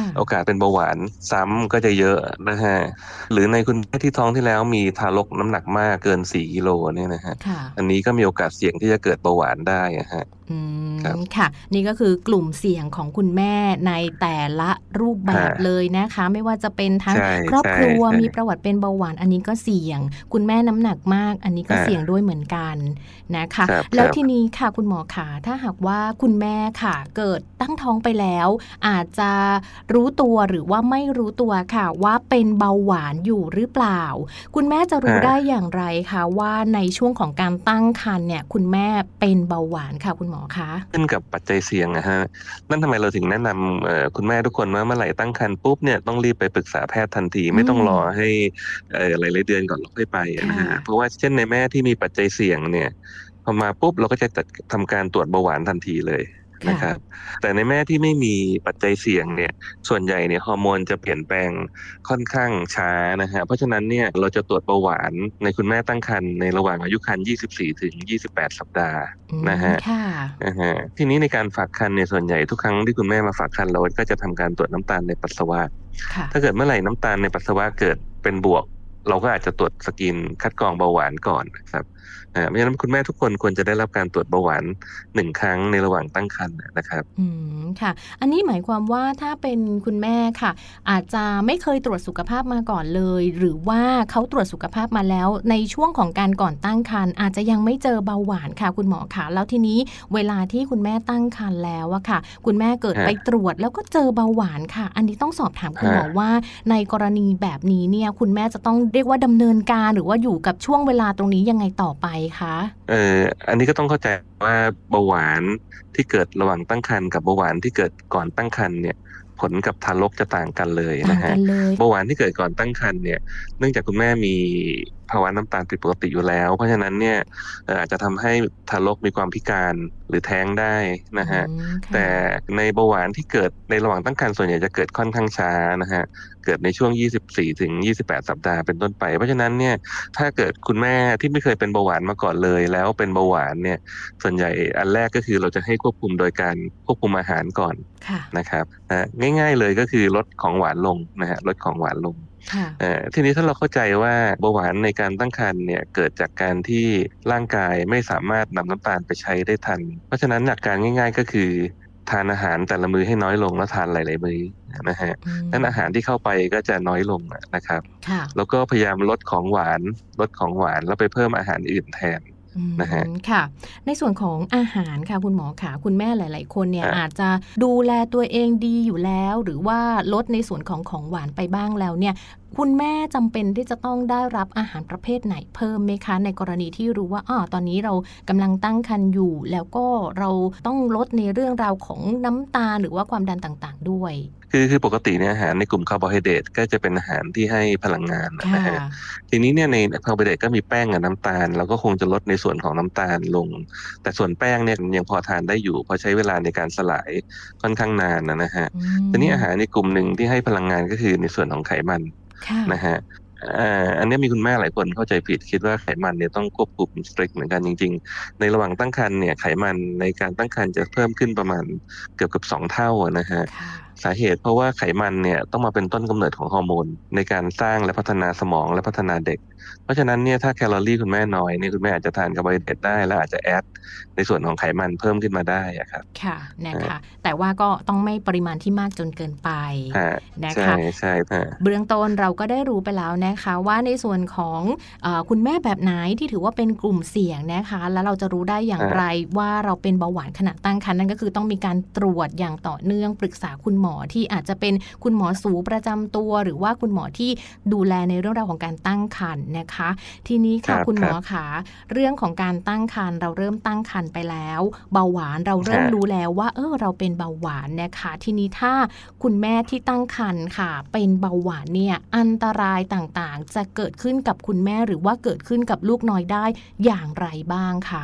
E: โอกาสเป็นเบาหวานซ้ำก็จะเยอะนะฮะหรือในคุณแม่ที่ท้องที่แล้วมีทารกน้ำหนักมากเกินสี่กิโลเนี่ยนะฮะอันนี้ก็มีโอกาสเสี่ยงที่จะเกิดเบาหวานได้ฮะ
A: อืมค่ะนี่ก็คือกลุ่มเสี่ยงของคุณแม่ในแต่ละรูปแบบเลยนะคะไม่ว่าจะเป็นทั้งครอบครัวมีประวัติเป็นเบาหวานอันนี้ก็เสี่ยงคุณแม่น้ำหนักมากอันนี้ก็เสี่ยงด้วยเหมือนกันนะคะแล้วทีนี้ค่ะคุณหมอขาถ้าหากว่าคุณแม่ค่ะเกิดตั้งท้องไปแล้วอาจจะรู้ตัวหรือว่าไม่รู้ตัวค่ะว่าเป็นเบาหวานอยู่หรือเปล่าคุณแม่จะรู้ได้อย่างไรคะว่าในช่วงของการตั้งครรภ์เนี่ยคุณแม่เป็นเบาหวานค่ะคุณหมอคะ
E: ขึ้นกับปัจจัยเสี่ยงนะฮะนั่นทำไมเราถึงแนะนำคุณแม่ทุกคนว่าเมื่อไหร่ตั้งครรภ์ปุ๊บเนี่ยต้องรีบไปปรึกษาแพทย์ทันทีไม่ต้องรอให้หลายๆเดือนก่อนเราค่อยไปนะฮะเพราะว่าเช่นในแม่ที่มีปัจจัยเสี่ยงเนี่ยพอมาปุ๊บเราก็จะจัดทำการตรวจเบาหวานทันทีเลยนะครับแต่ในแม่ที่ไม่มีปัจจัยเสี่ยงเนี่ยส่วนใหญ่เนี่ยฮอร์โมนจะเปลี่ยนแปลงค่อนข้างช้านะฮะเพราะฉะนั้นเนี่ยเราจะตรวจเบาหวานในคุณแม่ตั้งครรภ์ในระหว่างอายุครรภ์ยี่สิบสี่ถึงยี่สิบแปดสัปดาห์นะฮะนะฮะทีนี้ในการฝากครรภ์เนี่ยส่วนใหญ่ทุกครั้งที่คุณแม่มาฝากครรภ์เราก็จะทำการตรวจน้ำตาลในปัสสาวะถ้าเกิดเมื่อไหร่น้ำตาลในปัสสาวะเกิดเป็นบวกเราก็อาจจะตรวจสกรีนคัดกรองเบาหวานก่อนนะครับเพราะฉะนั้นคุณแม่ทุกคนควรจะได้รับการตรวจเบาหวานหนึ่งครั้งในระหว่างตั้งครรภ์นะครับ
A: อืมค่ะอันนี้หมายความว่าถ้าเป็นคุณแม่ค่ะอาจจะไม่เคยตรวจสุขภาพมาก่อนเลยหรือว่าเขาตรวจสุขภาพมาแล้วในช่วงของการก่อนตั้งครรภ์อาจจะยังไม่เจอเบาหวานค่ะคุณหมอคะแล้วทีนี้เวลาที่คุณแม่ตั้งครรภ์แล้วอะค่ะคุณแม่เกิดไปตรวจแล้วก็เจอเบาหวานค่ะอันนี้ต้องสอบถามคุณหมอว่าในกรณีแบบนี้เนี่ยคุณแม่จะต้องเรียกว่าดำเนินการหรือว่าอยู่กับช่วงเวลาตรงนี้ยังไงต่อไปคะ
E: เอ่ออันนี้ก็ต้องเข้าใจว่าเบาหวานที่เกิดระหว่างตั้งครรภ์กับเบาหวานที่เกิดก่อนตั้งครรภ์เนี่ยผลกับทารกจะต่างกันเลยนะฮะเบาหวานที่เกิดก่อนตั้งครรภ์เนี่ยเนื่องจากคุณแม่มีภาวะน้ำตาลผิดปกติอยู่แล้วเพราะฉะนั้นเนี่ยอาจจะทำให้ทารกมีความพิการหรือแท้งได้นะฮะแต่ในเบาหวานที่เกิดในระหว่างตั้งครรภ์ส่วนใหญ่จะเกิดค่อนข้างช้านะฮะเกิดในช่วงยี่สิบสี่ถึงยี่สิบแปดสัปดาห์เป็นต้นไปเพราะฉะนั้นเนี่ยถ้าเกิดคุณแม่ที่ไม่เคยเป็นเบาหวานมาก่อนเลยแล้วเป็นเบาหวานเนี่ยส่วนใหญ่อันแรกก็คือเราจะให้ควบคุมโดยการควบคุมอาหารก่อนนะครับง่ายๆเลยก็คือลดของหวานลงนะฮะลดของหวานลงทีนี้ถ้าเราเข้าใจว่าเบาหวานในการตั้งครรภ์เนี่ยเกิดจากการที่ร่างกายไม่สามารถนำน้ำตาลไปใช้ได้ทันเพราะฉะนั้นหลักการง่ายๆก็คือทานอาหารแต่ละมื้อให้น้อยลงแล้วทานหลายๆมื้อนะฮะนั้นอาหารที่เข้าไปก็จะน้อยลงนะครับแล้วก็พยายามลดของหวานลดของหวานแล้วไปเพิ่มอาหารอื่นแทนนะฮะ
A: ค่ะในส่วนของอาหารค่ะคุณหมอค่ะคุณแม่หลายๆคนเนี่ยอาจจะดูแลตัวเองดีอยู่แล้วหรือว่าลดในส่วนของของหวานไปบ้างแล้วเนี่ยคุณแม่จำเป็นที่จะต้องได้รับอาหารประเภทไหนเพิ่มไหมคะในกรณีที่รู้ว่าอ๋อตอนนี้เรากำลังตั้งครรภ์อยู่แล้วก็เราต้องลดในเรื่องราวของน้ำตาลหรือว่าความดันต่างๆด้วย
E: คือคือปกติเนี่ยอาหารในกลุ่มคาร์โบไฮเดรตก็จะเป็นอาหารที่ให้พลังงานนะฮะทีนี้เนี่ยในคาร์โบไฮเดรตก็มีแป้งกับน้ำตาลเราก็คงจะลดในส่วนของน้ำตาลลงแต่ส่วนแป้งเนี่ยยังพอทานได้อยู่เพราะใช้เวลาในการสลายค่อนข้างนานนะฮะทีนี้อาหารในกลุ่มหนึ่งที่ให้พลังงานก็คือในส่วนของไขมันนะฮะอันนี้มีคุณแม่หลายคนเข้าใจผิดคิดว่าไขมันเนี่ยต้องควบคุมสตริกเหมือนกันจริงๆในระหว่างตั้งครรภ์เนี่ยไขมันในการตั้งครรภ์จะเพิ่มขึ้นประมาณเกือบกับสองเท่านะฮะสาเหตุเพราะว่าไขมันเนี่ยต้องมาเป็นต้นกำเนิดของฮอร์โมนในการสร้างและพัฒนาสมองและพัฒนาเด็กเพราะฉะนั้นเนี่ยถ้าแคลอรี่คุณแม่น้อยเนี่ยคุณแม่อาจจะทานคาร์โบไฮเดรตได้แล้วอาจจะแอดในส่วนของไขมันเพิ่มขึ้นมาได้ครับ
A: ค่ะนะคะแต่ว่าก็ต้องไม่ปริมาณที่มากจนเกินไปนะคะ
E: ใช่ใช่
A: เบื้องต้นเราก็ได้รู้ไปแล้วนะคะว่าในส่วนของเอ่อคุณแม่แบบไหนที่ถือว่าเป็นกลุ่มเสี่ยงนะคะแล้วเราจะรู้ได้อย่างไรว่าเราเป็นเบาหวานขณะตั้งครรภ์นั่นก็คือต้องมีการตรวจอย่างต่อเนื่องปรึกษาคุณหมอที่อาจจะเป็นคุณหมอสูประจำตัวหรือว่าคุณหมอที่ดูแลในเรื่องราวของการตั้งครรภ์นะคะทีนี้ค่ะคุณหมอคะเรื่องของการตั้งครรภ์เราเริ่มตั้งครรภ์ไปแล้วเบาหวานเราเริ่มรู้แล้วว่าเออเราเป็นเบาหวานนะคะทีนี้ถ้าคุณแม่ที่ตั้งครรภ์ค่ะเป็นเบาหวานเนี่ยอันตรายต่างๆจะเกิดขึ้นกับคุณแม่หรือว่าเกิดขึ้นกับลูกน้อยได้อย่างไรบ้างคะ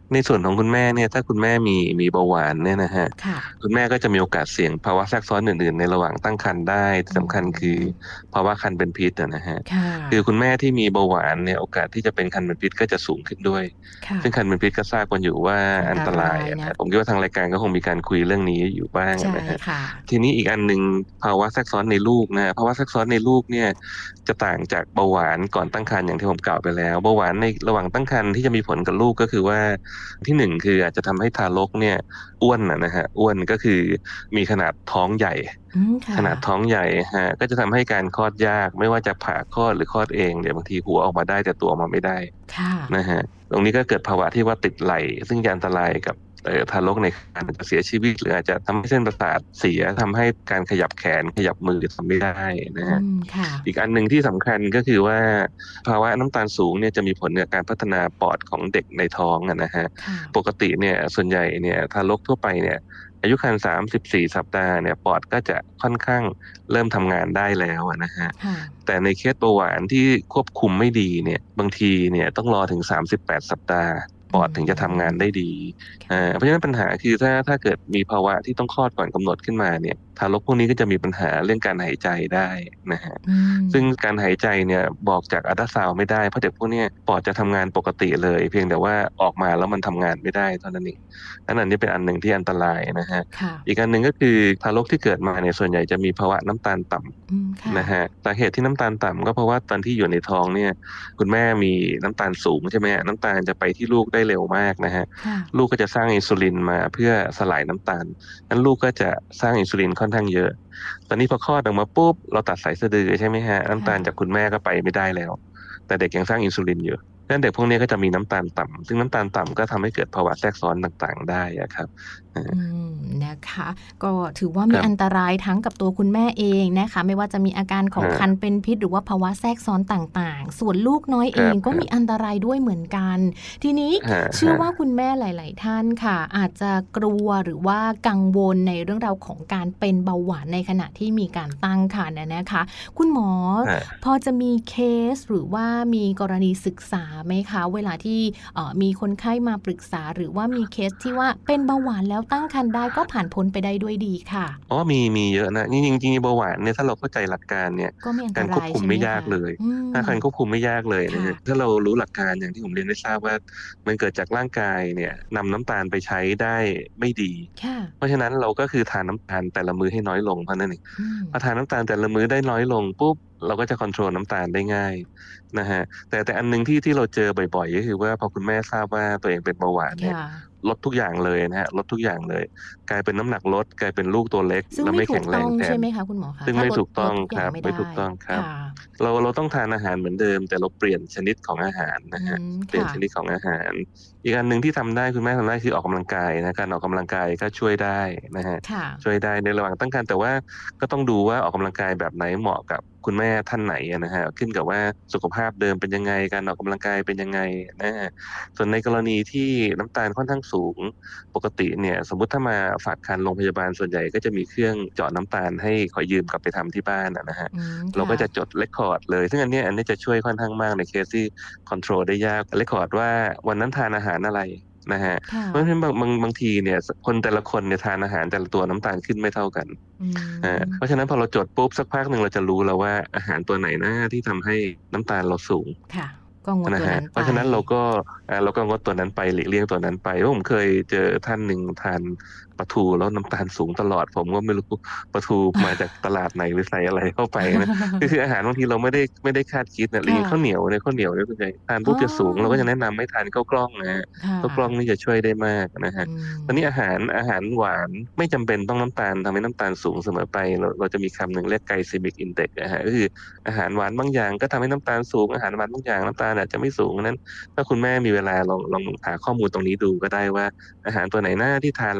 E: ในส่วนของคุณแม่เนี่ยถ้าคุณแม่มีมีเบาหวานเนี่ยนะฮะคุณแม่ก็จะมีโอกาสเสี่ยงภาวะแทรกซ้อนอื่นๆในระหว่างตั้งครรภ์ได้ที่สำคัญคือภาวะครรภ์เป็นพิษนะฮะคือคุณแม่ที่มีเบาหวานเนี่ยโอกาสที่จะเป็นครรภ์เป็นพิษก็จะสูงขึ้นด้วยซึ่งครรภ์เป็นพิษก็ทราบกันอยู่ว่าอันตรายนะผมคิดว่าทางรายการก็คงมีการคุยเรื่องนี้อยู่บ้างนะฮะทีนี้อีกอันนึงภาวะแทรกซ้อนในลูกนะภาวะแทรกซ้อนในลูกเนี่ยจะต่างจากเบาหวานก่อนตั้งครรภ์อย่างที่ผมกล่าวไปแล้วเบาหวานในระหว่างตั้งครรภ์ที่จะมีผลกับลูกก็คือว่าที่หนึ่งคืออาจจะทำให้ทารกเนี่ยอ้วนนะฮะอ้วนก็คือมีขนาดท้องใหญ่ขนาดท้องใหญ่ฮะก็จะทำให้การคลอดยากไม่ว่าจะผ่าคลอดหรือคลอดเองเนี่ยบางทีหัวออกมาได้แต่ตัวออกมาไม่ได้นะฮะตรงนี้ก็เกิดภาวะที่ว่าติดไหลซึ่งอันตรายกับทารกในครรภ์จะเสียชีวิตหรืออาจจะทำให้เส้นประสาทเสียทำให้การขยับแขนขยับมือทำไม่ได้นะฮะอีกอันหนึ่งที่สำคัญก็คือว่าภาวะน้ำตาลสูงเนี่ยจะมีผลกับการพัฒนาปอดของเด็กในท้องนะฮะปกติเนี่ยส่วนใหญ่เนี่ยทารกทั่วไปเนี่ยอายุครรภ์สามสิบสี่สัปดาห์เนี่ยปอดก็จะค่อนข้างเริ่มทำงานได้แล้วนะฮะแต่ในเคสเบาหวานที่ควบคุมไม่ดีเนี่ยบางทีเนี่ยต้องรอถึงสามสิบแปดสัปดาห์ปอดถึงจะทำงานได้ดีเพราะฉะนั้นปัญหาคือถ้าถ้าเกิดมีภาวะที่ต้องคลอดก่อนกำหนดขึ้นมาเนี่ยทารกพวกนี้ก็จะมีปัญหาเรื่องการหายใจได้นะฮะซึ่งการหายใจเนี่ยบอกจากอัลตราซาวด์ไม่ได้เพราะเด็กพวกนี้ปอดจะทำงานปกติเลยเพียงแต่ว่าออกมาแล้วมันทำงานไม่ได้เท่านั้นเองอันนั้นนี่เป็นอันหนึ่งที่อันตรายนะฮะอีกอันหนึ่งก็คือทารกที่เกิดมาเนี่ยส่วนใหญ่จะมีภาวะน้ำตาลต่ำนะฮะสาเหตุที่น้ำตาลต่ำก็เพราะว่าตอนที่อยู่ในท้องเนี่ยคุณแม่มีน้ำตาลสูงใช่ไหมน้ำตาลจะไปที่ลูกได้เร็วมากนะฮะลูกก็จะสร้างอินซูลินมาเพื่อสลายน้ำตาลนั้นลูกก็จะสร้างอินซูลินค่อนข้างเยอะตอนนี้พอคลอดออกมาปุ๊บเราตัดสายสะดือใช่ไหมฮะน้ำตาลจากคุณแม่ก็ไปไม่ได้แล้วแต่เด็กยังสร้างอินซูลินอยู่นั่นเด็กพวกนี้ก็จะมีน้ำตาลต่ำซึ่งน้ำตาลต่ำก็ทำให้เกิดภาวะแทรกซ้อนต่างๆได้ครับ
A: นะคะก็ถือว่ามีอันตรายทั้งกับตัวคุณแม่เองนะคะไม่ว่าจะมีอาการของครรภ์เป็นพิษหรือว่าภาวะแทรกซ้อนต่างๆส่วนลูกน้อยเองก็มีอันตรายด้วยเหมือนกันทีนี้เชื่อว่าคุณแม่หลายๆท่านค่ะอาจจะกลัวหรือว่ากังวลในเรื่องราวของการเป็นเบาหวานในขณะที่มีการตั้งครรภ์นะคะคุณหมอพอจะมีเคสหรือว่ามีกรณีศึกษาไหมคะเวลาที่มีคนไข้มาปรึกษาหรือว่ามีเคสที่ว่าเป็นเบาหวานแล้วตั้งครรภ์ได้ก็ผ่านพ้นไปได้ด้วยดีค่ะ
E: อ๋อมีมีเยอะนะจริงจริงเบาหวานเนี่ยถ้าเราเข้าใจหลักการเนี่ยการควบคุมไม่ยากเลยถ้าการควบคุมไม่ยากเลยนะฮะถ้าเรารู้หลักการอย่างที่ผมเรียนได้ทราบว่ามันเกิดจากร่างกายเนี่ยนำน้ำตาลไปใช้ได้ไม่ดีเพราะฉะนั้นเราก็คือทานน้ำตาลแต่ละมื้อให้น้อยลงเท่านั้นเองพอทานน้ำตาลแต่ละมื้อได้น้อยลงปุ๊บเราก็จะควบคุมน้ำตาลได้ง่ายนะฮะแต่แต่อันนึงที่ที่เราเจอบ่อยๆก็คือว่าพอคุณแม่ทราบว่าตัวเองเป็นเบาหวานเนี่ยลดทุกอย่างเลยนะฮะลดทุกอย่างเลยกลายเป็นน้ำหนักลดกลายเป็นลูกตัวเล็กแล้วไม่แข็งแรงแทน
A: ใช่ไหมคะคุณหมอคะ
E: ซึ่งไม่ถูกต้องครับไม่ถูกต้องครับเราเราต้องทานอาหารเหมือนเดิมแต่เราเปลี่ยนชนิดของอาหารนะฮะเปลี่ยนชนิดของอาหารอีกอันหนึ่งที่ทำได้คุณแม่ทำได้คือออกกำลังกายนะการออกกำลังกายก็ช่วยได้นะฮะช่วยได้ในระหว่างตั้งครรภ์แต่ว่าก็ต้องดูว่าออกกำลังกายแบบไหนเหมาะกับคุณแม่ท่านไหนนะฮะขึ้นกับว่าสุขภาพเดิมเป็นยังไงการออกกำลังกายเป็นยังไงนะฮะส่วนในกรณีที่น้ำตาลค่อนข้างสูงปกติเนี่ยสมมุติถ้ามาฝากครรภ์โรงพยาบาลส่วนใหญ่ก็จะมีเครื่องเจาะน้ำตาลให้ขอยืมกลับไปทำที่บ้านนะฮะเราก็จะจดเรคคอร์ดเลยซึ่งอันนี้อันนี้จะช่วยค่อนข้างมากในเคสที่คอนโทรลได้ยากเรคคอร์ดว่าวันนั้นทานอาหารอะไรนะฮะเพราะฉะนั้นบางบางบางทีเนี่ยคนแต่ละคนเนี่ยทานอาหารแต่ละตัวน้ำตาลขึ้นไม่เท่ากันอ่าเพราะฉะนั้นพอเราจดปุ๊บสักพักหนึ่งเราจะรู้แล้วว่าอาหารตัวไหนนะที่ทำให้น้ำตาลเราสูง
A: ก็งดตัวนั้นไป
E: เพราะฉะนั้นเราก็เราก็งดตัวนั้นไปหลีกเลี่ยงตัวนั้นไปเพราะผมเคยเจอท่านหนึ่งทานปลาทูแล้วน้ำตาลสูงตลอดผมก็ไม่รู้ปลาทูมาจากตลาดไหนหรือใส่อะไรเข้าไปนะคืออาหารบางทีเราไม่ได้ไม่ได้คาดคิดนะลิงข้าวเหนียวเนี่ยข้าวเหนียวเนี่ยเป็นไงทานปุ๊บจะสูงเราก็จะแนะนำไม่ทานข้าวกล้องนะฮะข้าวกล้องนี่จะช่วยได้มากนะฮะตอนนี้อาหารอาหารหวานไม่จำเป็นต้องน้ำตาลทำให้น้ำตาลสูงเสมอไปเราเราจะมีคำหนึ่งเรียกไกลเซมิกอินเด็กซ์นะฮะก็คืออาหารหวานบางอย่างก็ทำให้น้ำตาลสูงอาหารหวานบางอย่างน้ำตาลอาจจะไม่สูงนั้นถ้าคุณแม่มีเวลาลองลองหาข้อมูลตรงนี้ดูก็ได้ว่าอาหารตัวไหนหน้าที่ทานแล้วน้ำตาล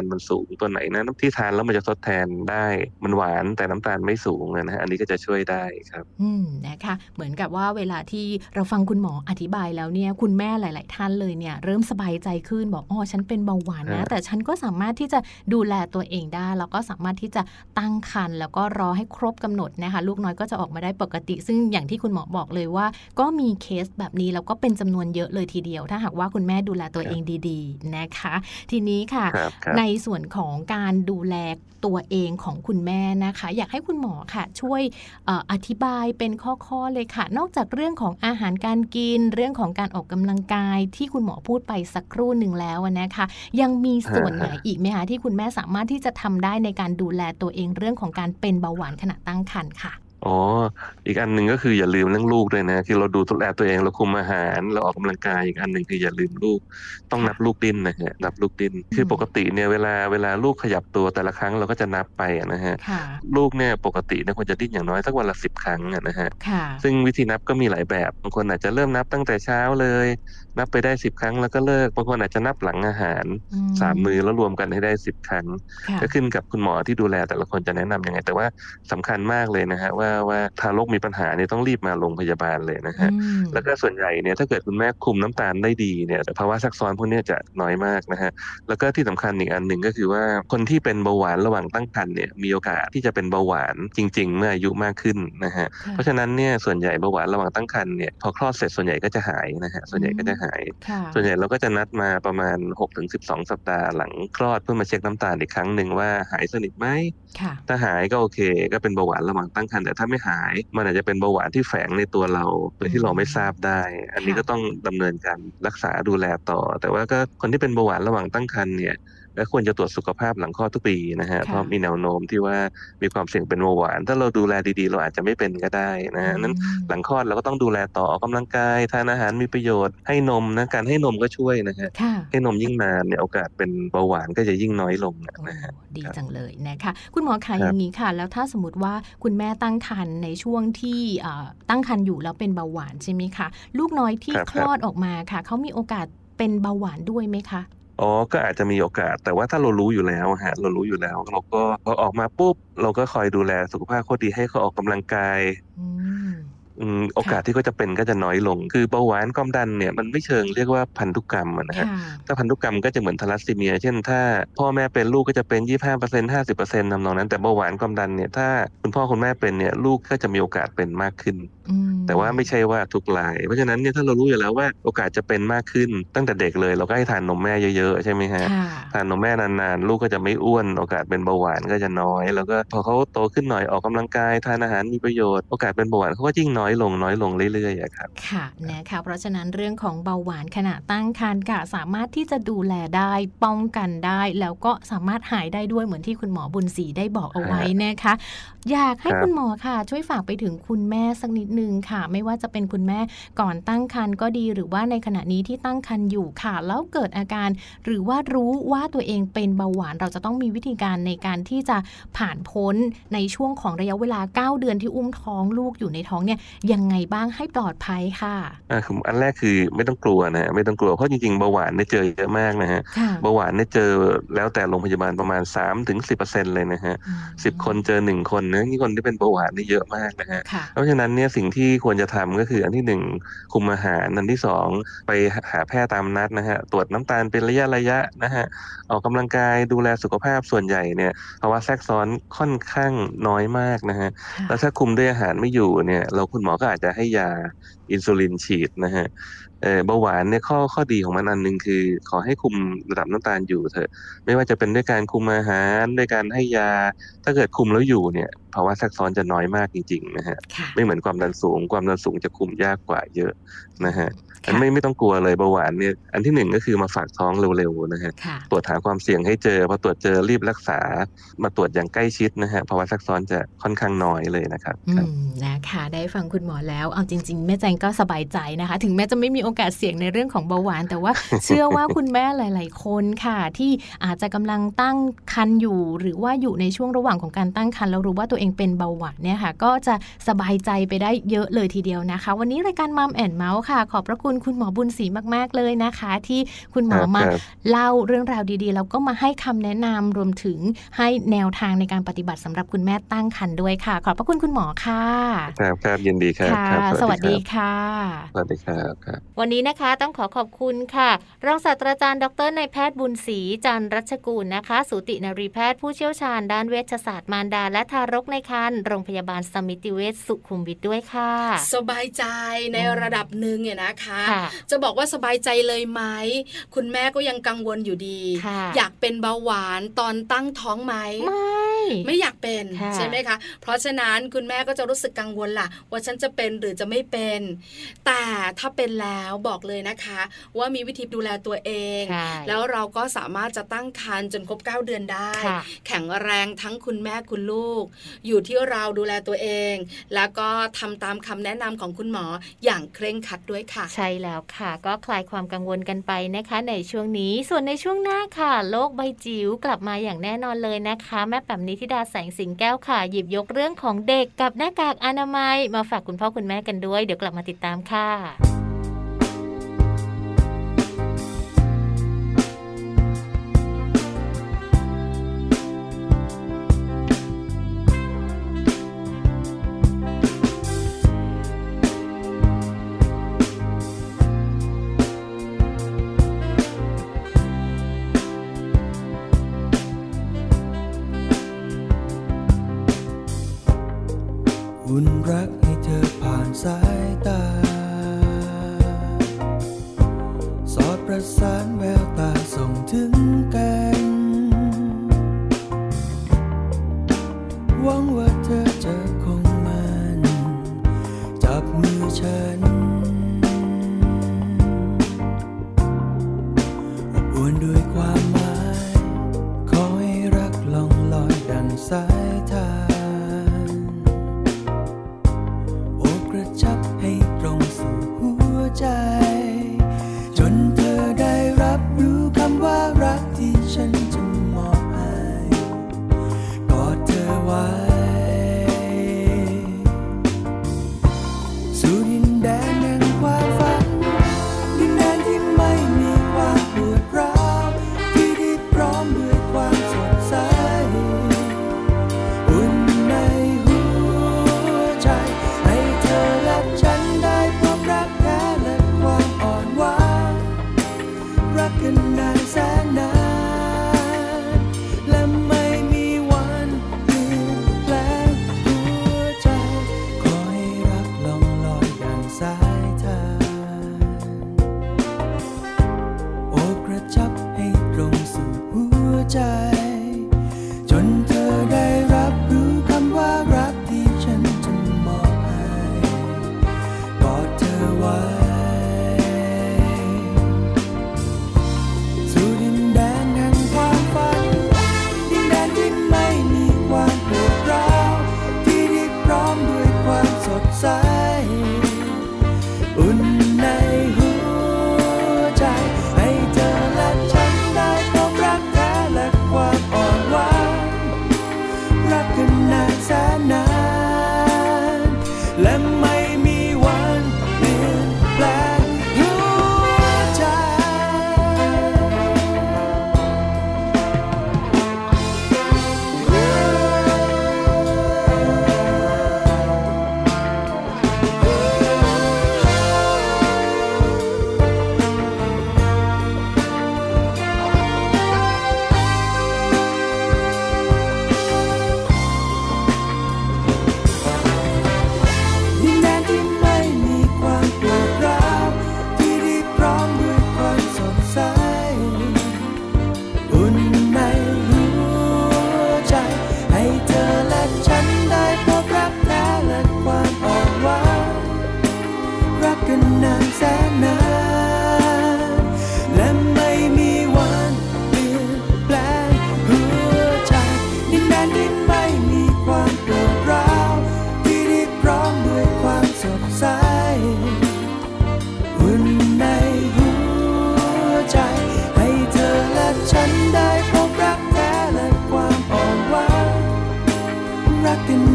E: ลมันสูงตัวไหนนะที่ทานแล้วมันจะทดแทนได้มันหวานแต่น้ำตาลไม่สูงนะฮะอันนี้ก็จะช่วยได้ครับ
A: อืมนะคะเหมือนกับว่าเวลาที่เราฟังคุณหมออธิบายแล้วเนี่ยคุณแม่หลายๆท่านเลยเนี่ยเริ่มสบายใจขึ้นบอกอ๋อฉันเป็นเบาหวานนะแต่ฉันก็สามารถที่จะดูแลตัวเองได้แล้วก็สามารถที่จะตั้งครรภ์แล้วก็รอให้ครบกำหนดนะคะลูกน้อยก็จะออกมาได้ปกติซึ่งอย่างที่คุณหมอบอกเลยว่าก็มีเคสแบบนี้แล้วก็เป็นจำนวนเยอะเลยทีเดียวถ้าหากว่าคุณแม่ดูแลตัวเองดีๆนะคะทีนี้ค่ะในส่วนของการดูแลตัวเองของคุณแม่นะคะอยากให้คุณหมอค่ะช่วยเอ่ออธิบายเป็นข้อๆเลยค่ะนอกจากเรื่องของอาหารการกินเรื่องของการออกกำลังกายที่คุณหมอพูดไปสักครู่หนึ่งแล้วนะคะยังมีส่วนไหนอีกไหมคะที่คุณแม่สามารถที่จะทำได้ในการดูแลตัวเองเรื่องของการเป็นเบาหวานขณะตั้งครรภ์ค่ะ
E: อ๋ออีกอันหนึ่งก็คืออย่าลืมเรื่องลูกด้วยนะคือเราดูแลตัวเองเราคุมอาหารเราออกกำลังกายอีกอันหนึ่งคืออย่าลืมลูกต้องนับลูกดิ้นนะฮะนับลูกดิ้นคือปกติเนี่ยเวลาเวลาลูกขยับตัวแต่ละครั้งเราก็จะนับไปนะฮะลูกเนี่ยปกติเนี่ยควรจะดิ้นอย่างน้อยสักวันละสิบครั้งนะฮะซึ่งวิธีนับก็มีหลายแบบบางคนอาจจะเริ่มนับตั้งแต่เช้าเลยนับไปได้สิบครั้งแล้วก็เลิกบางคนอาจจะนับหลังอาหารสามมื้อแล้วรวมกันให้ได้สิบครั้งก็ขึ้นกับคุณหมอที่ดูแลแต่ละคนจะแนะนำยังไงแต่ว่าสำคัญมากเลยนะฮะว่าว่าทารกมีปัญหาเนี่ยต้องรีบมาโรงพยาบาลเลยนะฮะแล้วก็ส่วนใหญ่เนี่ยถ้าเกิดคุณแม่คุมน้ำตาลได้ดีเนี่ยภาวะแทรกซ้อนพวกนี้จะน้อยมากนะฮะแล้วก็ที่สำคัญอีกอันหนึ่งก็คือว่าคนที่เป็นเบาหวานระหว่างตั้งครรภ์เนี่ยมีโอกาสที่จะเป็นเบาหวานจริงๆเมื่ออายุมากขึ้นนะฮะเพราะฉะนั้นเนี่ยส่วนใหญ่เบาหวานระหว่างตั้งครรภ์เนี่ยพอคลอดเสร็จส่วนใหญ่ก็จะหายนะฮะส่วนใหญ่ก็จะหายส่วนใหญ่เราก็จะนัดมาประมาณ หกถึงสิบสอง สัปดาห์หลังคลอดเพื่อมาเช็คน้ำตาลอีกครั้งหนึ่งว่าหายสนิทไหมถ้าหายก็โอเคก็เป็นเบาหวานระหว่างตั้งครรภ์แต่ถ้าไม่หายมันอาจจะเป็นเบาหวานที่แฝงในตัวเราโดยที่เราไม่ทราบได้อันนี้ก็ต้องดำเนินการรักษาดูแลต่อแต่ว่าก็คนที่เป็นเบาหวานระหว่างตั้งครรภ์เนี่ยและควรจะตรวจสุขภาพหลังคลอดทุกปีนะฮะเพราะมีแนวโน้มที่ว่ามีความเสี่ยงเป็นเบาหวานถ้าเราดูแลดีๆเราอาจจะไม่เป็นก็ได้นะนั้นหลังคลอดเราก็ต้องดูแลต่อออกกำลังกายทานอาหารมีประโยชน์ให้นมนะการให้นมก็ช่วยนะฮะให้นมยิ่งนานเนี่ยโอกาสเป็นเบาหวานก็จะยิ่งน้อยลงนะฮะ
A: ดีจังเลยนะคะคุณหมอคะอย่างนี้ค่ะแล้วถ้าสมมติว่าคุณแม่ตั้งครรภ์ในช่วงที่ตั้งครรภ์อยู่แล้วเป็นเบาหวานใช่ไหมคะลูกน้อยที่คลอดออกมาค่ะเขามีโอกาสเป็นเบาหวานด้วยไหมคะ
E: อ๋อก็อาจจะมีโอกาสแต่ว่าถ้าเรารู้อยู่แล้วฮะเรารู้อยู่แล้วเราก็พอออกมาปุ๊บเราก็คอยดูแลสุขภาพเขาดีให้เขาออกกำลังกายโอกาสที่เขาจะเป็นก็จะน้อยลงคือเบาหวานความดันเนี่ยมันไม่เชิงเรียกว่าพันธุกรรมนะฮะถ้าพันธุกรรมก็จะเหมือนทาลัสซีเมียเช่นถ้าพ่อแม่เป็นลูกก็จะเป็น ยี่สิบห้าเปอร์เซ็นต์ ห้าสิบเปอร์เซ็นต์ ทำนองนั้นแต่เบาหวานความดันเนี่ยถ้าคุณพ่อคุณแม่เป็นเนี่ยลูกก็จะมีโอกาสเป็นมากขึ้นแต่ว่าไม่ใช่ว่าทุกรายเพราะฉะนั้นเนี่ยถ้าเรารู้อยู่แล้วว่าโอกาสจะเป็นมากขึ้นตั้งแต่เด็กเลยเราก็ให้ทานนมแม่เยอะๆใช่ไหมฮะทานนมแม่นานๆลูกก็จะไม่อ้วนโอกาสเป็นเบาหวานก็จะน้อยแล้วก็พอเขาโตขึ้นหน่อยออกกำลังกายทานอาหารมีประโยชน์โอกาสเป็นเบาหวานเขาก็ยิ่งน้อยลงน้อยลงเรื่อยๆครับ
A: ค่ะนะคะเพราะฉะนั้นเรื่องของเบาหวานขณะตั้งครรภ์ค่ะสามารถที่จะดูแลได้ป้องกันได้แล้วก็สามารถหายได้ด้วยเหมือนที่คุณหมอบุญศรีได้บอกเอาไว้นะคะอยากให้คุณหมอค่ะช่วยฝากไปถึงคุณแม่สักนิดนึงค่ะไม่ว่าจะเป็นคุณแม่ก่อนตั้งครรภ์ก็ดีหรือว่าในขณะนี้ที่ตั้งครรภ์อยู่ค่ะแล้วเกิดอาการหรือว่ารู้ว่าตัวเองเป็นเบาหวานเราจะต้องมีวิธีการในการที่จะผ่านพ้นในช่วงของระยะเวลาเก้าเดือนที่อุ้มท้องลูกอยู่ในท้องเนี่ยยังไงบ้างให้ปลอดภัยค่ะ
E: อ่าคืออันแรกคือไม่ต้องกลัวนะไม่ต้องกลัวเพราะจริงๆเบาหวานเนี่ยเจอเยอะมากนะฮะเบาหวานเนี่ยเจอแล้วแต่โรงพยาบาลประมาณ สามถึงสิบเปอร์เซ็นต์ เลยนะฮะสิบคนเจอหนึ่งคนนะนี่คนที่เป็นเบาหวานนี่เยอะมากนะฮะเพราะฉะนั้นเนี่ยสิ่งที่ควรจะทำก็คืออันที่หนึ่งคุมอาหารอันที่สองไปหาแพทย์ตามนัดนะฮะตรวจน้ำตาลเป็นระยะระยะนะฮะออกกำลังกายดูแลสุขภาพส่วนใหญ่เนี่ยภาวะแทรกซ้อนค่อนข้างน้อยมากนะฮะแล้วถ้าคุมด้วยอาหารไม่อยู่เนี่ยเราคุณหมอก็อาจจะให้ยาอินซูลินฉีดนะฮะเอ่อเบาหวานเนี่ยข้อข้อดีของมันอันนึงคือขอให้คุมระดับน้ำตาลอยู่เถอะไม่ว่าจะเป็นด้วยการคุมอาหารด้วยการให้ยาถ้าเกิดคุมแล้วอยู่เนี่ยภาวะแทรกซ้อนจะน้อยมากจริงๆนะฮะไม่เหมือนความดันสูงความดันสูงจะคุมยากกว่าเยอะนะฮะอันไม่ไม่ต้องกลัวเลยเบาหวานเนี่ยอันที่หนึ่งก็คือมาฝากท้องเร็วๆนะฮะตรวจหาความเสี่ยงให้เจอพอตรวจเจอรีบรักษามาตรวจอย่างใกล้ชิดนะฮะภาวะแทรกซ้อนจะค่อนข้างน้อยเลยนะครับ
A: อืมนะคะได้ฟังคุณหมอแล้วเอาจริงๆแม่แจงก็สบายใจนะคะถึงแม้จะไม่มีโออกาสเสี่ยงในเรื่องของเบาหวานแต่ว่าเชื่อว่าคุณแม่หลายๆคนค่ะที่อาจจะกำลังตั้งครรภ์อยู่หรือว่าอยู่ในช่วงระหว่างของการตั้งครรภ์แล้วรู้ว่าตัวเองเป็นเบาหวานเนี่ยค่ะก็จะสบายใจไปได้เยอะเลยทีเดียวนะคะวันนี้รายการมัมแอนด์เมาส์ค่ะขอบพระคุณคุณหมอบุญศรีมากๆเลยนะคะที่คุณหมอมาเล่าเรื่องราวดีๆแล้วก็มาให้คำแนะนำรวมถึงให้แนวทางในการปฏิบัติสำหรับคุณแม่ตั้งครรภ์ด้วยค่ะขอบพระคุณคุณหมอค่ะ
E: ครับครับยินดีครับ
A: สวัสดีค่ะ
E: สวัสดีครับครับ
B: วันนี้นะคะต้องขอขอบคุณค่ะรองศาสตราจารย์ดรนายแพทย์บุญศรีจันทร์รัชกูลนะคะสูตินรีแพทย์ผู้เชี่ยวชาญด้านเวชศาสตร์มารดาและทารกในครรภ์โรงพยาบาลสมิติเวชสุขุมวิทด้วยค่ะ
C: สบายใจในระดับหนึ่งเนี่ยนะคะจะบอกว่าสบายใจเลยไหมคุณแม่ก็ยังกังวลอยู่ดีอยากเป็นเบาหวานตอนตั้งท้องไหม
B: ไม่
C: ไม่อยากเป็นใช่ไหมคะเพราะฉะนั้นคุณแม่ก็จะรู้สึกกังวลล่ะว่าฉันจะเป็นหรือจะไม่เป็นแต่ถ้าเป็นแล้วบอกเลยนะคะว่ามีวิธีดูแลตัวเองแล้วเราก็สามารถจะตั้งครรภ์จนครบเก้าเดือนได้แข็งแรงทั้งคุณแม่คุณลูกอยู่ที่เราดูแลตัวเองแล้วก็ทำตามคำแนะนำของคุณหมออย่างเคร่งครัดด้วยค่ะ
B: ใช่แล้วค่ะก็คลายความกังวลกันไปนะคะในช่วงนี้ส่วนในช่วงหน้าค่ะโลกใบจิ๋วกลับมาอย่างแน่นอนเลยนะคะแม่แป๋มนิธิดาแสงสิงแก้วค่ะหยิบยกเรื่องของเด็กกับหน้ากากอนามัยมาฝากคุณพ่อคุณแม่กันด้วยเดี๋ยวกลับมาติดตามค่ะ
D: อุ่นรักให้เธอผ่านสายตาสอดประสานแววตาส่งถึงกันหวังว่าเธอจะคงมันจับมือฉันอบอวลด้วยความหมายขอให้รักล่องลอยดังสายทานกระชับให้ตรงสู่หัวใจจนเธอได้รับรู้คำว่ารักที่ฉันจะมอบให้กอดเธอไว้สู่ดินแดนแห่งความฝันดินแดนที่ไม่มีความปวดร้าวที่ได้พร้อมด้วยความสดใส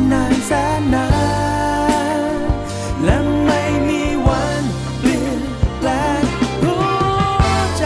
D: นานแสนนานและไม่มีวันเปลี่ยนแปลงหัวใจ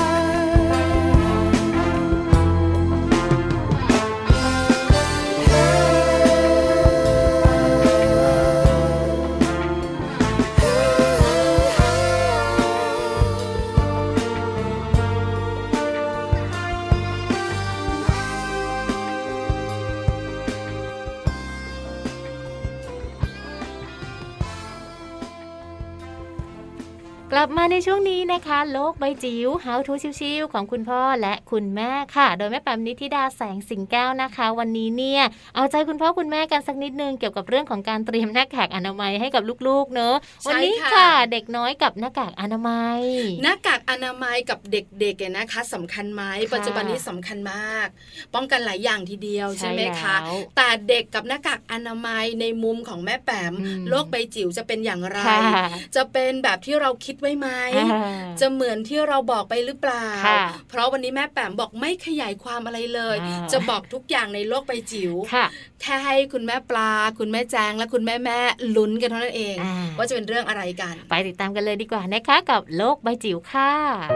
B: กลับมาในช่วงนี้นะคะโลกใบจิ๋ว How to ชิวๆของคุณพ่อและคุณแม่ค่ะโดยแม่แปมนิธิดาแสงสิงแก้วนะคะวันนี้เนี่ยเอาใจคุณพ่อคุณแม่กันสักนิดนึงเกี่ยวกับเรื่องของการเตรียมหน้ากากอนามัยให้กับลูกๆเนอะวันนี้ค่ะเด็กน้อยกับหน้ากากอนามัย
C: หน้ากากอนามัยกับเด็กๆเนี่ยนะคะสำคัญไหมปัจจุบันนี้สำคัญมากป้องกันหลายอย่างทีเดียวใช่ไหมคะแต่เด็กกับหน้ากากอนามัยในมุมของแม่แปมโลกใบจิ๋วจะเป็นอย่างไรจะเป็นแบบที่เราคิดไว้ไหมจะเหมือนที่เราบอกไปหรือเปล่าเพราะวันนี้แม่แปมบอกไม่ขยายความอะไรเลยจะบอกทุกอย่างในโลกใบจิ๋วแค่ให้คุณแม่ปลาคุณแม่แจงและคุณแม่แม่ลุ้นกันเท่านั้นเองว่าจะเป็นเรื่องอะไรกัน
B: ไปติดตามกันเลยดีกว่านะคะกับโลกใบจิ๋วค่ะ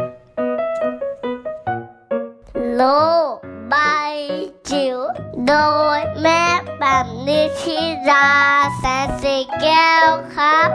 F: โลกใบจิ๋วโดยแม่แปมนิธิดาแสนสีแก้วครับ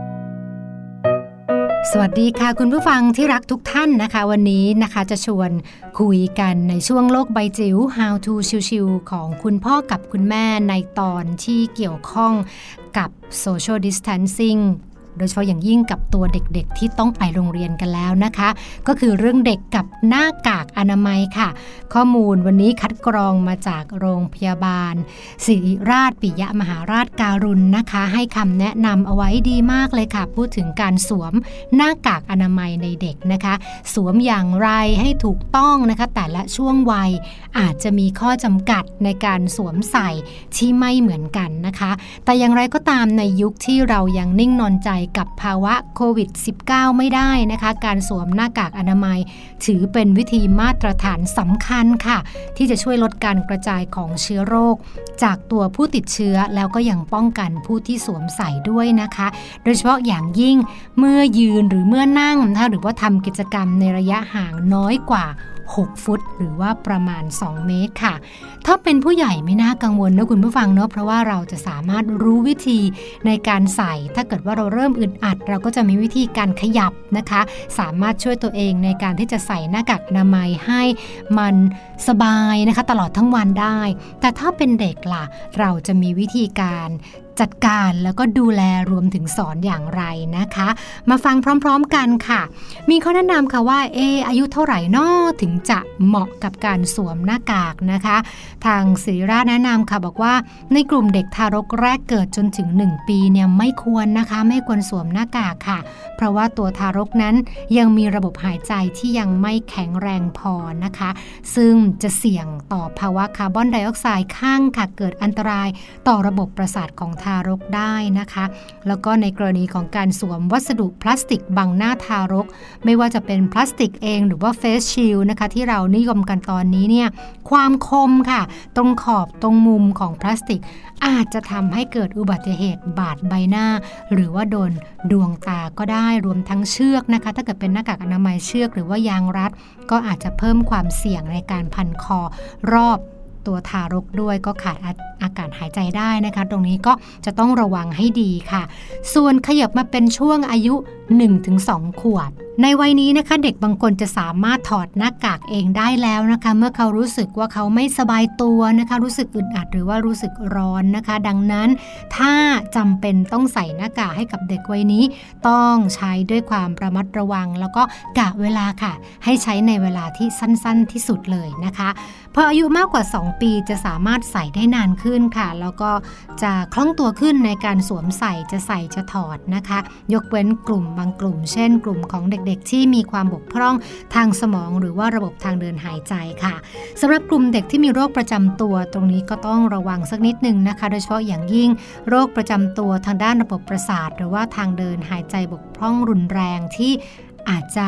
G: สวัสดีค่ะคุณผู้ฟังที่รักทุกท่านนะคะวันนี้นะคะจะชวนคุยกันในช่วงโลกใบจิ๋ว How to ชิวๆของคุณพ่อกับคุณแม่ในตอนที่เกี่ยวข้องกับ Social Distancing โดยเฉพาะอย่างยิ่งกับตัวเด็กๆที่ต้องไปโรงเรียนกันแล้วนะคะก็คือเรื่องเด็กกับหน้ากากอนามัยค่ะข้อมูลวันนี้คัดกรองมาจากโรงพยาบาลศิริราชปิยมหาราชการุณนะคะให้คำแนะนำเอาไว้ดีมากเลยค่ะพูดถึงการสวมหน้ากากอนามัยในเด็กนะคะสวมอย่างไรให้ถูกต้องนะคะแต่ละช่วงวัยอาจจะมีข้อจำกัดในการสวมใส่ที่ไม่เหมือนกันนะคะแต่อย่างไรก็ตามในยุคที่เรายังนิ่งนอนใจกับภาวะโควิด สิบเก้า ไม่ได้นะคะการสวมหน้ากากอนามัยถือเป็นวิธีมาตรฐานสำคัญค่ะที่จะช่วยลดการกระจายของเชื้อโรคจากตัวผู้ติดเชื้อแล้วก็ยังป้องกันผู้ที่สวมใส่ด้วยนะคะโดยเฉพาะอย่างยิ่งเมื่อยืนหรือเมื่อนั่งหรือว่าทำกิจกรรมในระยะห่างน้อยกว่าหกฟุตหรือว่าประมาณสองเมตรค่ะถ้าเป็นผู้ใหญ่ไม่น่ากังวลนะคุณผู้ฟังเนาะเพราะว่าเราจะสามารถรู้วิธีในการใส่ถ้าเกิดว่าเราเริ่มอึดอัดเราก็จะมีวิธีการขยับนะคะสามารถช่วยตัวเองในการที่จะใส่หน้ากากอนามัยให้มันสบายนะคะตลอดทั้งวันได้แต่ถ้าเป็นเด็กล่ะเราจะมีวิธีการจัดการแล้วก็ดูแลรวมถึงสอนอย่างไรนะคะมาฟังพร้อมๆกันค่ะมีข้อแนะนำค่ะว่าเออายุเท่าไหร่น้อถึงจะเหมาะกับการสวมหน้ากากนะคะทางศิริราชแนะนำค่ะบอกว่าในกลุ่มเด็กทารกแรกเกิดจนถึงหนึ่งปีเนี่ยไม่ควรนะคะไม่ควรสวมหน้ากากค่ะเพราะว่าตัวทารกนั้นยังมีระบบหายใจที่ยังไม่แข็งแรงพอนะคะซึ่งจะเสี่ยงต่อภาวะคาร์บอนไดออกไซด์ข้างค่ะเกิดอันตรายต่อระบบประสาทของทารกได้นะคะแล้วก็ในกรณีของการสวมวัสดุพลาสติกบังหน้าทารกไม่ว่าจะเป็นพลาสติกเองหรือว่าเฟสชิลด์นะคะที่เรานิยมกันตอนนี้เนี่ยความคมค่ะตรงขอบตรงมุมของพลาสติกอาจจะทำให้เกิดอุบัติเหตุบาดใบหน้าหรือว่าโดนดวงตาก็ได้รวมทั้งเชือกนะคะถ้าเกิดเป็นหน้ากากอนามัยเชือกหรือว่ายางรัดก็อาจจะเพิ่มความเสี่ยงในการพันคอรอบตัวทารกด้วยก็ขาดอากาศหายใจได้นะคะตรงนี้ก็จะต้องระวังให้ดีค่ะส่วนขยับมาเป็นช่วงอายุ หนึ่งถึงสอง ขวบในวัยนี้นะคะเด็กบางคนจะสามารถถอดหน้ากากเองได้แล้วนะคะเมื่อเขารู้สึกว่าเขาไม่สบายตัวนะคะรู้สึกอึดอัดหรือว่ารู้สึกร้อนนะคะดังนั้นถ้าจำเป็นต้องใส่หน้ากากให้กับเด็กวัยนี้ต้องใช้ด้วยความระมัดระวังแล้วก็กะเวลาค่ะให้ใช้ในเวลาที่สั้นๆที่สุดเลยนะคะพออายุมากกว่าสองปีจะสามารถใส่ได้นานขึ้นค่ะแล้วก็จะคล่องตัวขึ้นในการสวมใส่จะใส่จะถอดนะคะยกเว้นกลุ่มบางกลุ่มเช่นกลุ่มของเด็กๆที่มีความบกพร่องทางสมองหรือว่าระบบทางเดินหายใจค่ะสำหรับกลุ่มเด็กที่มีโรคประจำตัวตรงนี้ก็ต้องระวังสักนิดนึงนะคะโดยเฉพาะอย่างยิ่งโรคประจำตัวทางด้านระบบประสาทหรือว่าทางเดินหายใจบกพร่องรุนแรงที่อาจจะ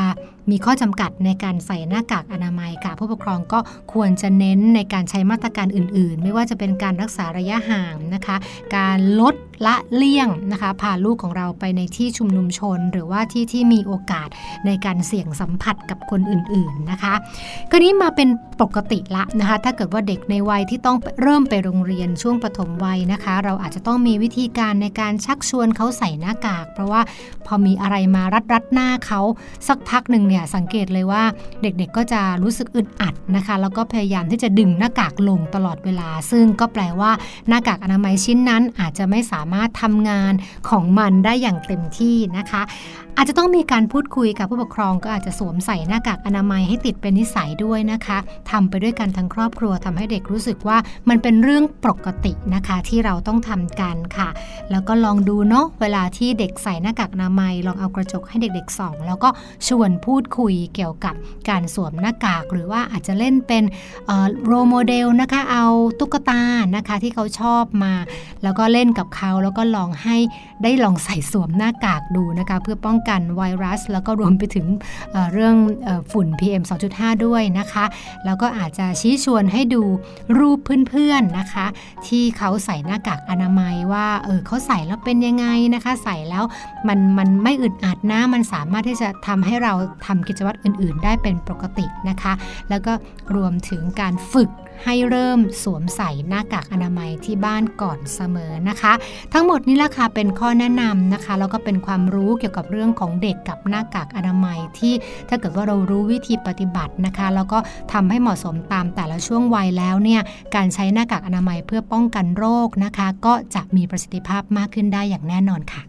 G: มีข้อจำกัดในการใส่หน้ากากอนามัยค่ะผู้ปกครองก็ควรจะเน้นในการใช้มาตรการอื่นๆไม่ว่าจะเป็นการรักษาระยะห่างนะคะการลดละเลี่ยงนะคะพาลูกของเราไปในที่ชุมนุมชนหรือว่าที่ที่มีโอกาสในการเสี่ยงสัมผัสกับคนอื่นๆนะคะก็นี้มาเป็นปกติละนะคะถ้าเกิดว่าเด็กในวัยที่ต้องเริ่มไปโรงเรียนช่วงปฐมวัยนะคะเราอาจจะต้องมีวิธีการในการชักชวนเขาใส่หน้ากากเพราะว่าพอมีอะไรมารัดรัดหน้าเขาสักพักหนึ่งเนี่ยสังเกตเลยว่าเด็กๆก็จะรู้สึกอึดอัดนะคะแล้วก็พยายามที่จะดึงหน้ากากลงตลอดเวลาซึ่งก็แปลว่าหน้ากากอนามัยชิ้นนั้นอาจจะไม่สามารถทำงานของมันได้อย่างเต็มที่นะคะอาจจะต้องมีการพูดคุยกับผู้ปกครองก็อาจจะสวมใส่หน้ากากอนามัยให้ติดเป็นนิสัยด้วยนะคะทำไปด้วยกันทั้งครอบครัวทำให้เด็กรู้สึกว่ามันเป็นเรื่องปกตินะคะที่เราต้องทำกันค่ะแล้วก็ลองดูเนาะเวลาที่เด็กใส่หน้ากากอนามัยลองเอากระจกให้เด็กๆส่องแล้วก็ชวนพูดคุยเกี่ยวกับการสวมหน้ากากหรือว่าอาจจะเล่นเป็นโรโมเดลนะคะเอาตุ๊กตานะคะที่เขาชอบมาแล้วก็เล่นกับเขาแล้วก็ลองให้ได้ลองใส่สวมหน้ากากดูนะคะเพื่อป้องกันไวรัสแล้วก็รวมไปถึง เอ่อ เรื่องเอ่อฝุ่น พี เอ็ม สองจุดห้า ด้วยนะคะแล้วก็อาจจะชี้ชวนให้ดูรูปเพื่อนๆนะคะที่เขาใส่หน้ากากอนามัยว่าเออเขาใส่แล้วเป็นยังไงนะคะใส่แล้วมันมันไม่อึดอัดนะมันสามารถที่จะทำให้เราทำกิจวัตรอื่นๆได้เป็นปกตินะคะแล้วก็รวมถึงการฝึกให้เริ่มสวมใส่หน้ากากอนามัยที่บ้านก่อนเสมอนะคะทั้งหมดนี้ละค่ะเป็นข้อแนะนำนะคะแล้วก็เป็นความรู้เกี่ยวกับเรื่องของเด็กกับหน้ากากอนามัยที่ถ้าเกิดว่าเรารู้วิธีปฏิบัตินะคะแล้วก็ทำให้เหมาะสมตามแต่ละช่วงวัยแล้วเนี่ยการใช้หน้ากากอนามัยเพื่อป้องกันโรคนะคะก็จะมีประสิทธิภาพมากขึ้นได้อย่างแน่นอนค่ะ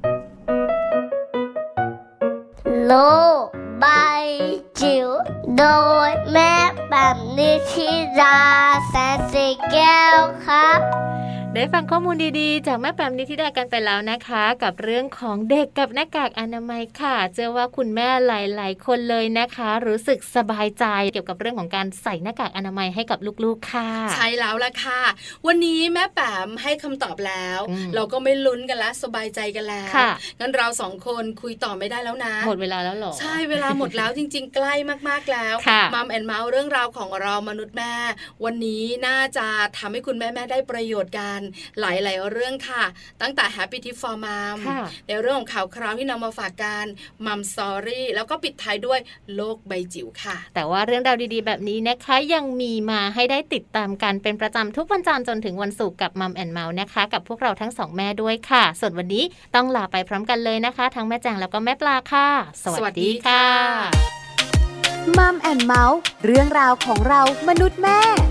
F: โลกใบจิ๋วโดยแม่แบบนิชิราแสนสีแก้วครับ
B: ได้ฟังข้อมูลดีๆจากแม่แปมนิธิดากันไปแล้วนะคะกับเรื่องของเด็กกับหน้ากากอนามัยค่ะเชื่อว่าคุณแม่หลายๆคนเลยนะคะรู้สึกสบายใจเกี่ยวกับเรื่องของการใส่หน้ากากอนามัยให้กับลูกๆค่ะ
C: ใช่แล้วล่ะค่ะวันนี้แม่แปมให้คำตอบแล้วเราก็ไม่ลุ้นกันแล้วสบายใจกันแล้วงั้นเราสองคนคุยต่อไม่ได้แล้วนะ
B: หมดเวลาแล้วหรอ
C: ใช่เวลาหมดแล้วจริงๆใกล้มากๆแล้วมัมแอนเมาส์เรื่องราวของเรามนุษย์แม่วันนี้น่าจะทำให้คุณแม่ๆได้ประโยชน์กันหลายๆเรื่องค่ะตั้งแต่ Happy Tip for Mom ในเรื่องของข่าวคราวที่นำมาฝากกันมัมสตอรี่แล้วก็ปิดท้ายด้วยโลกใบจิ๋วค่ะ
B: แต่ว่าเรื่องราวดีๆแบบนี้นะคะยังมีมาให้ได้ติดตามกันเป็นประจำทุกวันจันทร์จนถึงวันศุกร์กับมัมแอนเมาส์นะคะกับพวกเราทั้งสองแม่ด้วยค่ะส่วนวันนี้ต้องลาไปพร้อมกันเลยนะคะทั้งแม่แจงแล้วก็แม่ปลาค่ะสวัสดีค่ะ
H: มัมแอนเมาส์เรื่องราวของเรามนุษย์แม่